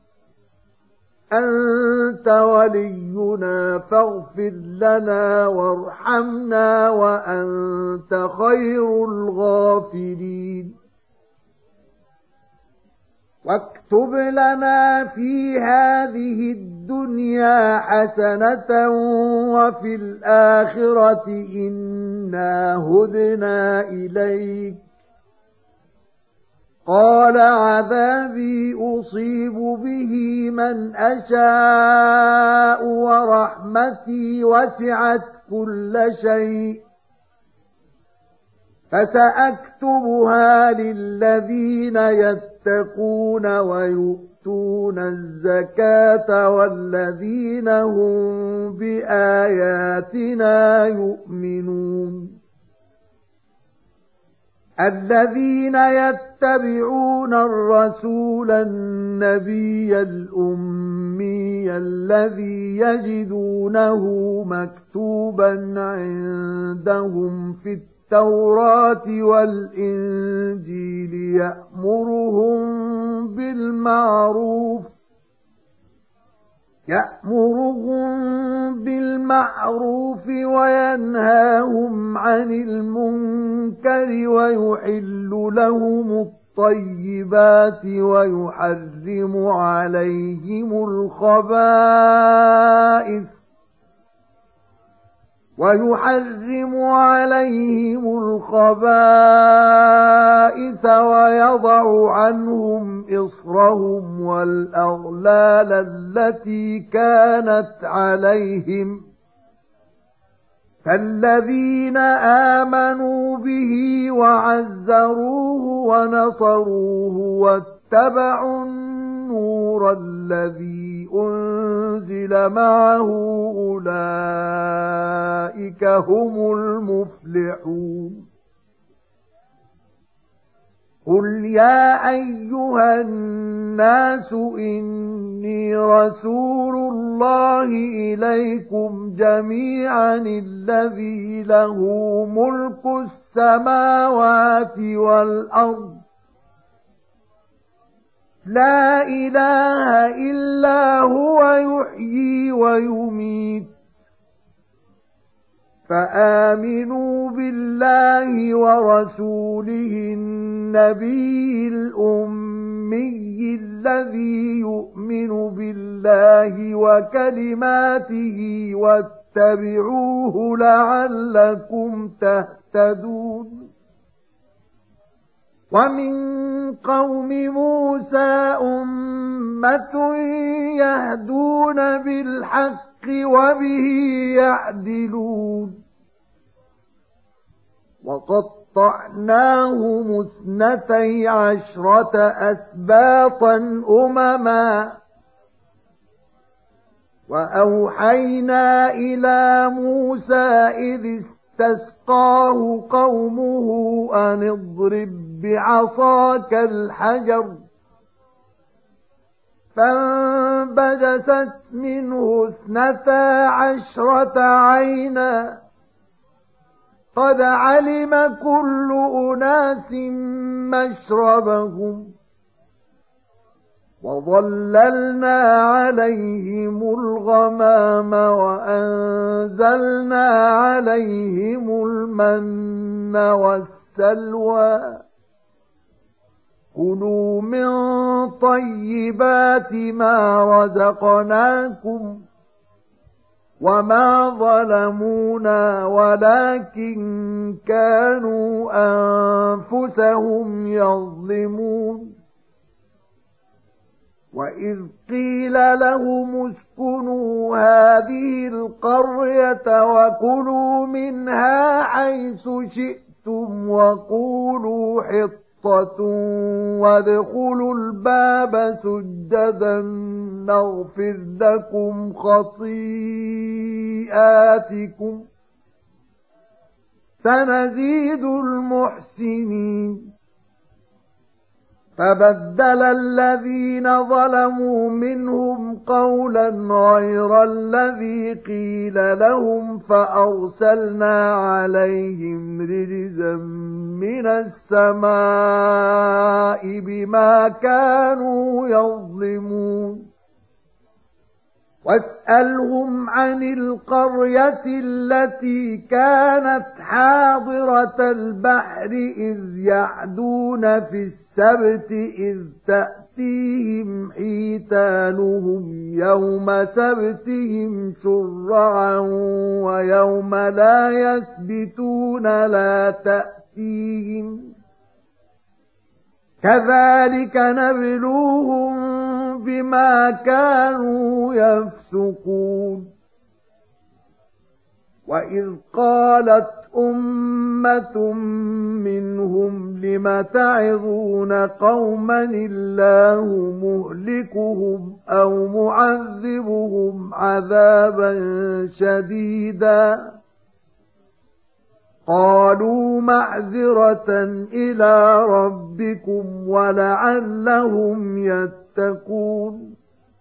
أنت ولينا فاغفر لنا وارحمنا وأنت خير الغافرين. واكتب لنا في هذه الدنيا حسنة وفي الآخرة إنا هدنا إليك قال عذابي أصيب به من أشاء ورحمتي وسعت كل شيء فسأكتبها للذين يتقون ويؤتون الزكاة والذين هم بآياتنا يؤمنون. الذين يتبعون الرسول النبي الأمي الذي يجدونه مكتوبا عندهم في التوراة والإنجيل يأمرهم بالمعروف يأمرهم بالمعروف وينهاهم عن المنكر ويحل لهم الطيبات ويحرم عليهم الخبائث ويحرم عليهم الخبائث ويضع عنهم إصرهم والأغلال التي كانت عليهم فالذين آمنوا به وعزروه ونصروه واتبعوا النور الذي أنزل معه أولئك هم المفلحون قل يا أيها الناس إني رسول الله إليكم جميعا الذي له ملك السماوات والأرض لا إله إلا هو يحيي ويميت فآمنوا بالله ورسوله النبي الأمي الذي يؤمن بالله وكلماته واتبعوه لعلكم تهتدون ومن قوم موسى أمة يهدون بالحق وبه يعدلون وقطعناهم اثنتي عشرة أسباطا أمما وأوحينا إلى موسى إذ استسقاه قومه أن اضرب بعصاك الحجر فانبجست منه اثنتا عشرة عينا قد علم كل أناس مشربهم وظللنا عليهم الغمام وأنزلنا عليهم المن والسلوى كلوا من طيبات ما رزقناكم وما ظلمونا ولكن كانوا أنفسهم يظلمون وإذ قيل لهم اسكنوا هذه القرية وكلوا منها حيث شئتم وقولوا حطة وادخلوا الباب سجدا نغفر لكم خطيئاتكم سنزيد المحسنين فبدل الذين ظلموا منهم قولا غير الذي قيل لهم فأرسلنا عليهم رجزا من السماء بما كانوا يظلمون واسألهم عن القرية التي كانت حاضرة البحر إذ يعدون في السبت إذ تأتيهم حيتانهم يوم سبتهم شرعا ويوم لا يسبتون لا تأتيهم كذلك نبلوهم بما كانوا يفسقون وإذ قالت أمة منهم لم تعظون قوما الله مهلكهم أو معذبهم عذابا شديدا قالوا معذرة إلى ربكم ولعلهم يتقون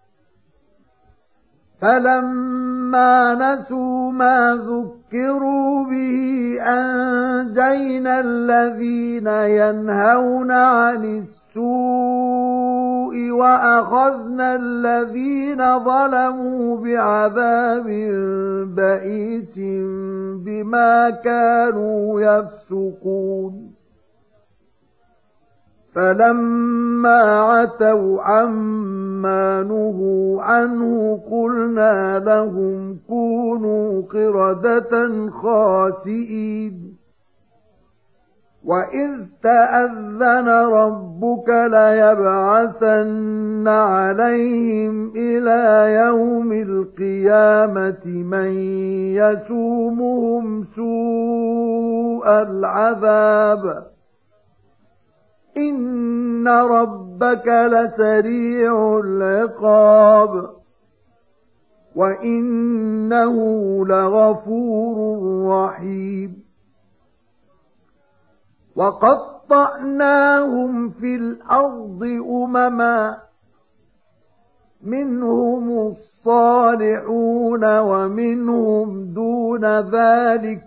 فلما نسوا ما ذكروا به أنجينا الذين ينهون عن السوء وأخذنا الذين ظلموا بعذاب بئيس بما كانوا يفسقون فلما عتوا عما عما نهوا عنه قلنا لهم كونوا قردة خاسئين وإذ تأذن ربك ليبعثن عليهم إلى يوم القيامة من يسومهم سوء العذاب إن ربك لسريع العقاب وإنه لغفور رحيم وقطعناهم في الأرض أمما منهم الصالحون ومنهم دون ذلك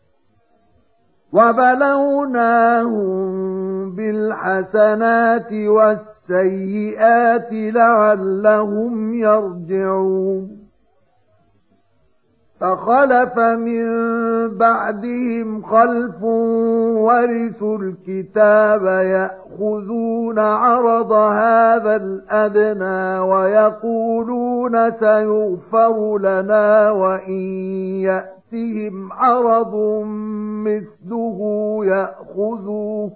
وبلوناهم بالحسنات والسيئات لعلهم يرجعون فخلف من بعدهم خلف ورثوا الكتاب يأخذون عرض هذا الأدنى ويقولون سيغفر لنا وإن يأتهم عرض مثله يأخذوه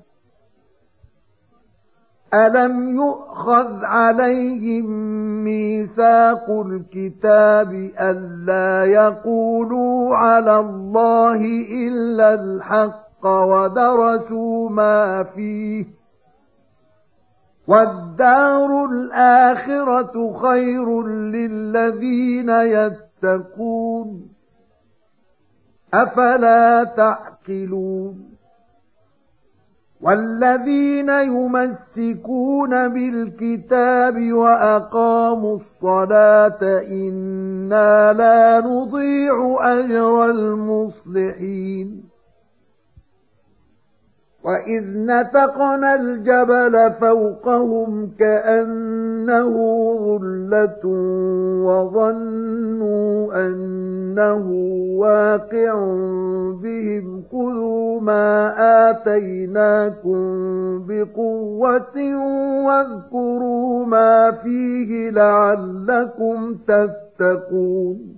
ألم يؤخذ عليهم ميثاق الكتاب ألا يقولوا على الله إلا الحق ودرسوا ما فيه والدار الآخرة خير للذين يتقون أفلا تعقلون والذين يمسكون بالكتاب وأقاموا الصلاة إنا لا نضيع أجر المصلحين وإذ نتقنا الجبل فوقهم كأنه ظلة وظنوا أنه واقع بهم خذوا ما آتيناكم بقوة واذكروا ما فيه لعلكم تتقون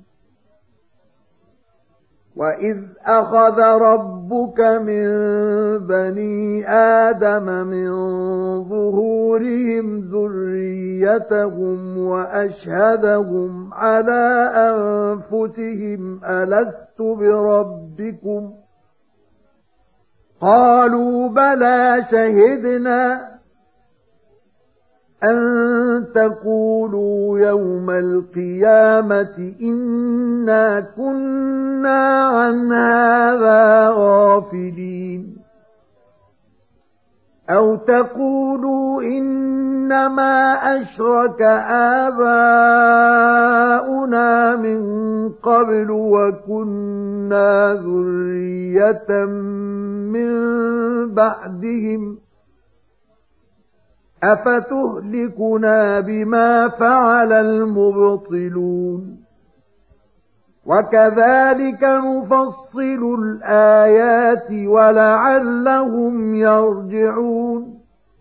وإذ أخذ ربك من بني آدم من ظهورهم ذريتهم وأشهدهم على أنفسهم ألست بربكم قالوا بلى شهدنا أن تقولوا يوم القيامة إنا كنا عن هذا غافلين أو تقولوا إنما أشرك آباؤنا من قبل وكنا ذرية من بعدهم أفتهلكنا بما فعل المبطلون وكذلك نفصل الآيات ولعلهم يرجعون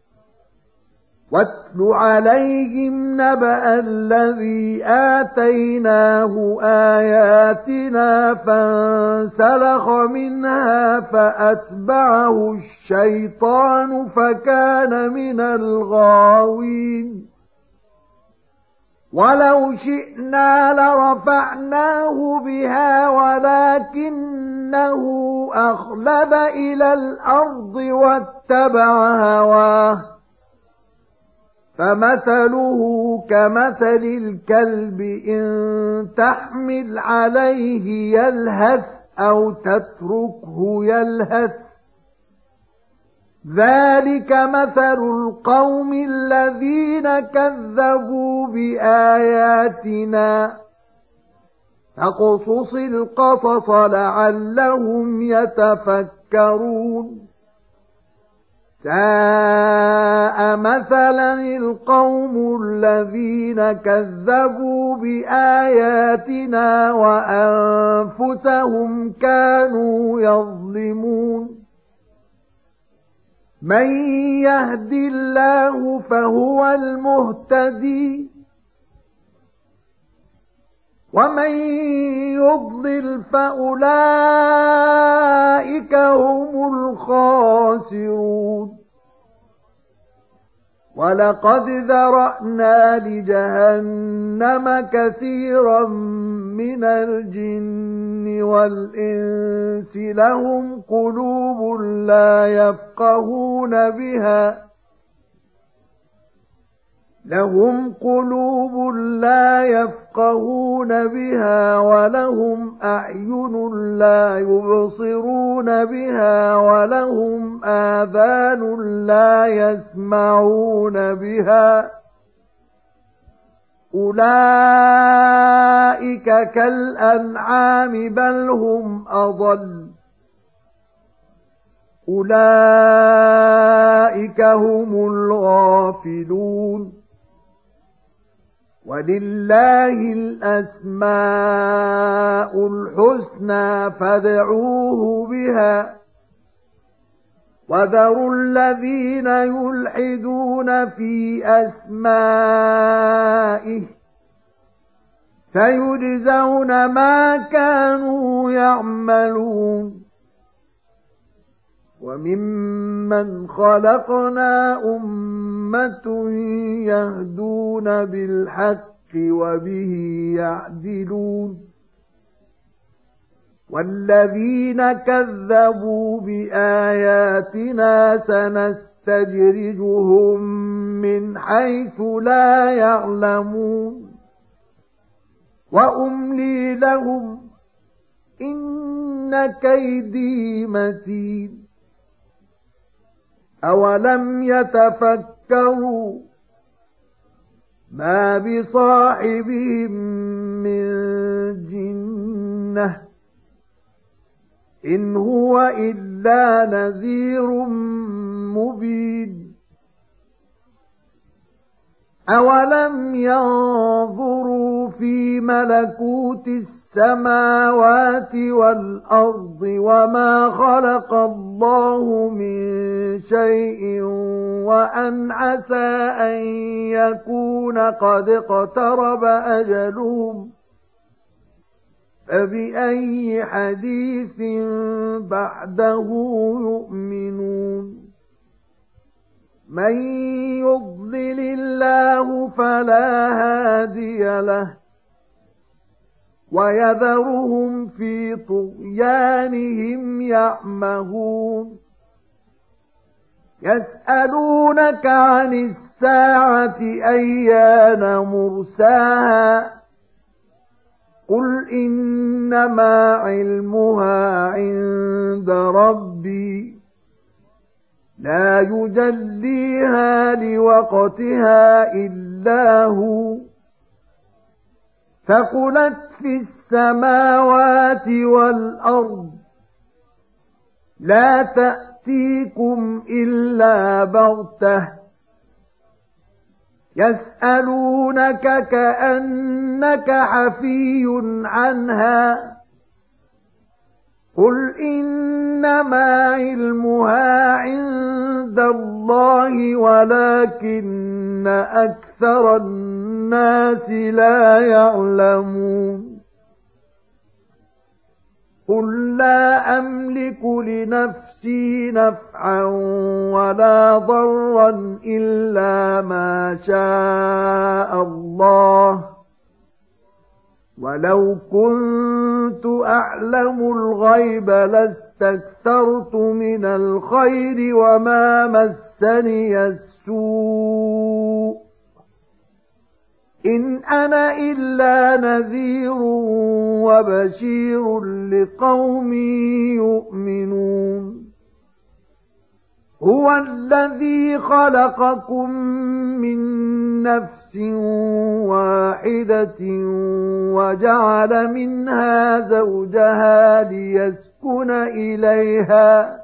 واتل عليهم نبأ الذي آتيناه آياتنا فانسلخ منها فأتبعه الشيطان فكان من الغاوين ولو شئنا لرفعناه بها ولكنه أخلد إلى الأرض واتبع هواه فمثله كمثل الكلب إن تحمل عليه يلهث أو تتركه يلهث ذلك مثل القوم الذين كذبوا بآياتنا فاقصص القصص لعلهم يتفكرون ساء مثلا القوم الذين كذبوا بآياتنا وأنفسهم كانوا يظلمون من يهد الله فهو المهتدي ومن يضلل فأولئك هم الخاسرون ولقد ذرأنا لجهنم كثيرا من الجن والإنس لهم قلوب لا يفقهون بها لهم قلوب لا يفقهون بها ولهم أعين لا يبصرون بها ولهم آذان لا يسمعون بها أولئك كالأنعام بل هم أضل أولئك هم الغافلون ولله الأسماء الحسنى فادعوه بها وذروا الذين يلحدون في أسمائه سيجزون ما كانوا يعملون وممن خلقنا أمة يهدون بالحق وبه يعدلون والذين كذبوا بآياتنا سنستدرجهم من حيث لا يعلمون وأملي لهم إن كيدي متين أولم يتفكروا ما بصاحبهم من جنة إن هو إلا نذير مبين أولم ينظروا في ملكوت السماوات والأرض وما خلق الله من شيء وأن عسى أن يكون قد اقترب أجلهم فبأي حديث بعده يؤمنون من يضلل الله فلا هادي له ويذرهم في طغيانهم يعمهون يسألونك عن الساعة أيان مرساها قل إنما علمها عند ربي لا يجليها لوقتها إلا هو ثقلت في السماوات والأرض لا تأتيكم إلا بغتة يسألونك كأنك حفي عنها قل إنما علمها عند الله ولكن أكثر الناس لا يعلمون قل لا أملك لنفسي نفعا ولا ضرا إلا ما شاء الله ولو كنت أعلم الغيب لاستكثرت من الخير وما مسني السوء إن أنا إلا نذير وبشير لقوم يؤمنون هو الذي خلقكم من نفس واحدة وجعل منها زوجها ليسكن إليها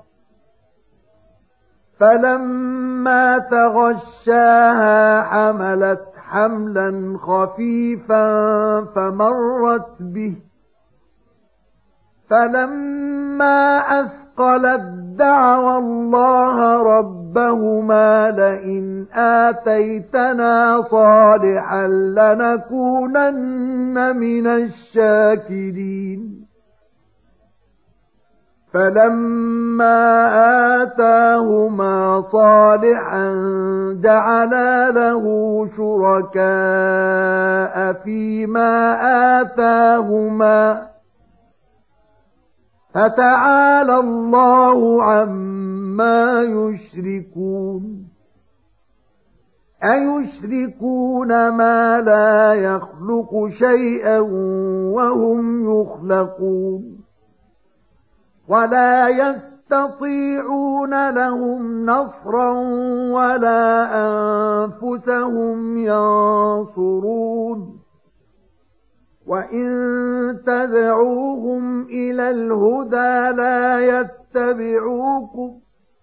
فلما تغشاها حملت حملا خفيفا فمرت به فلما أثقلت دعوا الله ربهما لئن آتيتنا صالحا لنكونن من الشاكرين فلما آتاهما صالحا جعلا له شركاء فيما آتاهما فتعالى الله عما يشركون أيشركون ما لا يخلق شيئا وهم يخلقون ولا يستطيعون لهم نصرا ولا أنفسهم ينصرون وإن تدعوهم إلى الهدى لا يتبعوكم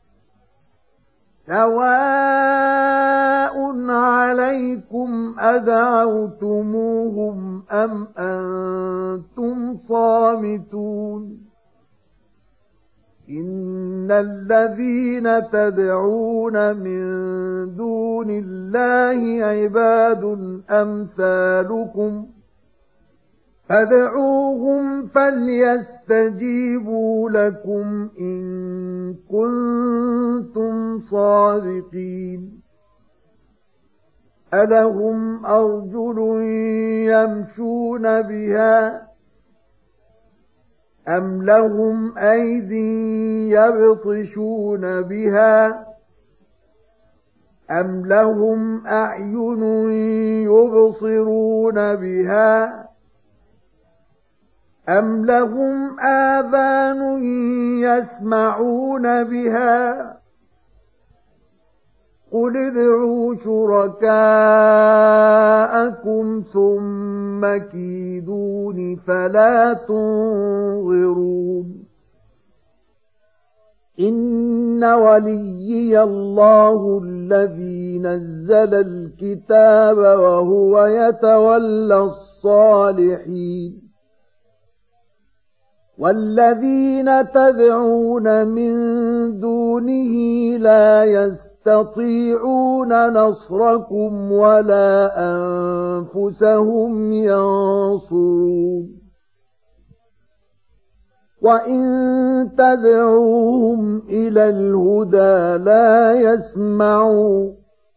سواء عليكم أدعوتموهم أم أنتم صامتون إن الذين تدعون من دون الله عباد أمثالكم فادعوهم فليستجيبوا لكم إن كنتم صادقين ألهم أرجل يمشون بها أم لهم أيدي يبطشون بها أم لهم أعين يبصرون بها أم لهم آذان يسمعون بها قل ادعوا شركاءكم ثم كيدون فلا تنظرون إن وليي الله الذي نزل الكتاب وهو يتولى الصالحين والذين تدعون من دونه لا يستطيعون نصركم ولا أنفسهم ينصرون وإن تدعوهم إلى الهدى لا يسمعوا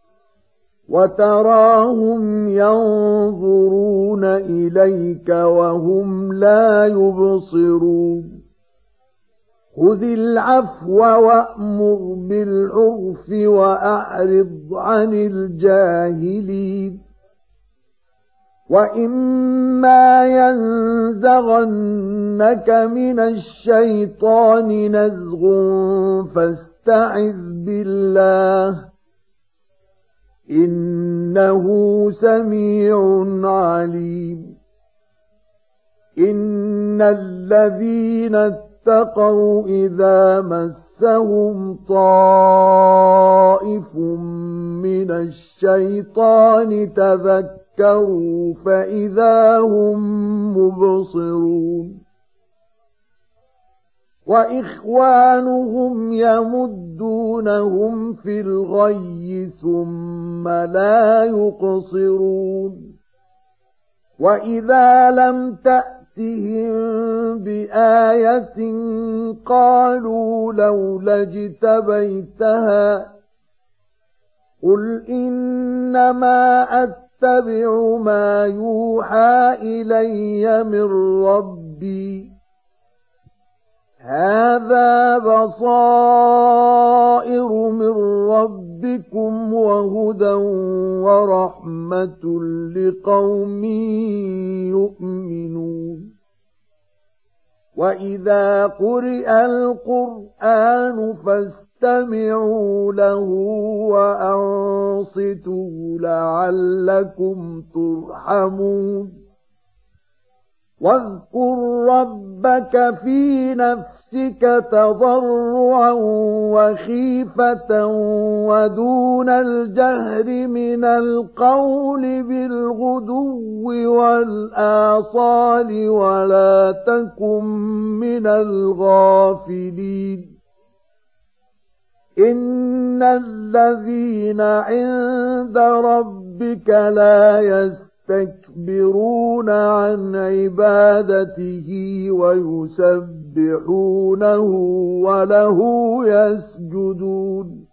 وتراهم ينظرون إليك وهم لا يبصرون خذ العفو وأمر بالعرف وأعرض عن الجاهلين وإما ينزغنك من الشيطان نزغ فاستعذ بالله إنه سميع عليم إن الذين اتقوا إذا مسهم طائف من الشيطان تذكروا فإذا هم مبصرون وإخوانهم يمدونهم في الغي ثم لا يقصرون وإذا لم تأتهم بآية قالوا لولا اجتبيتها قل إنما أتبع ما يوحى إلي من ربي هذا بصائر من ربكم وهدى ورحمة لقوم يؤمنون وإذا قرئ القرآن فاستمعوا له وأنصتوا لعلكم ترحمون واذكر ربك في نفسك تضرعا وخيفة ودون الجهر من القول بالغدو والآصال ولا تكن من الغافلين إن الذين عند ربك لا يستكبرون عن عبادته ويسبحونه وله يسجدون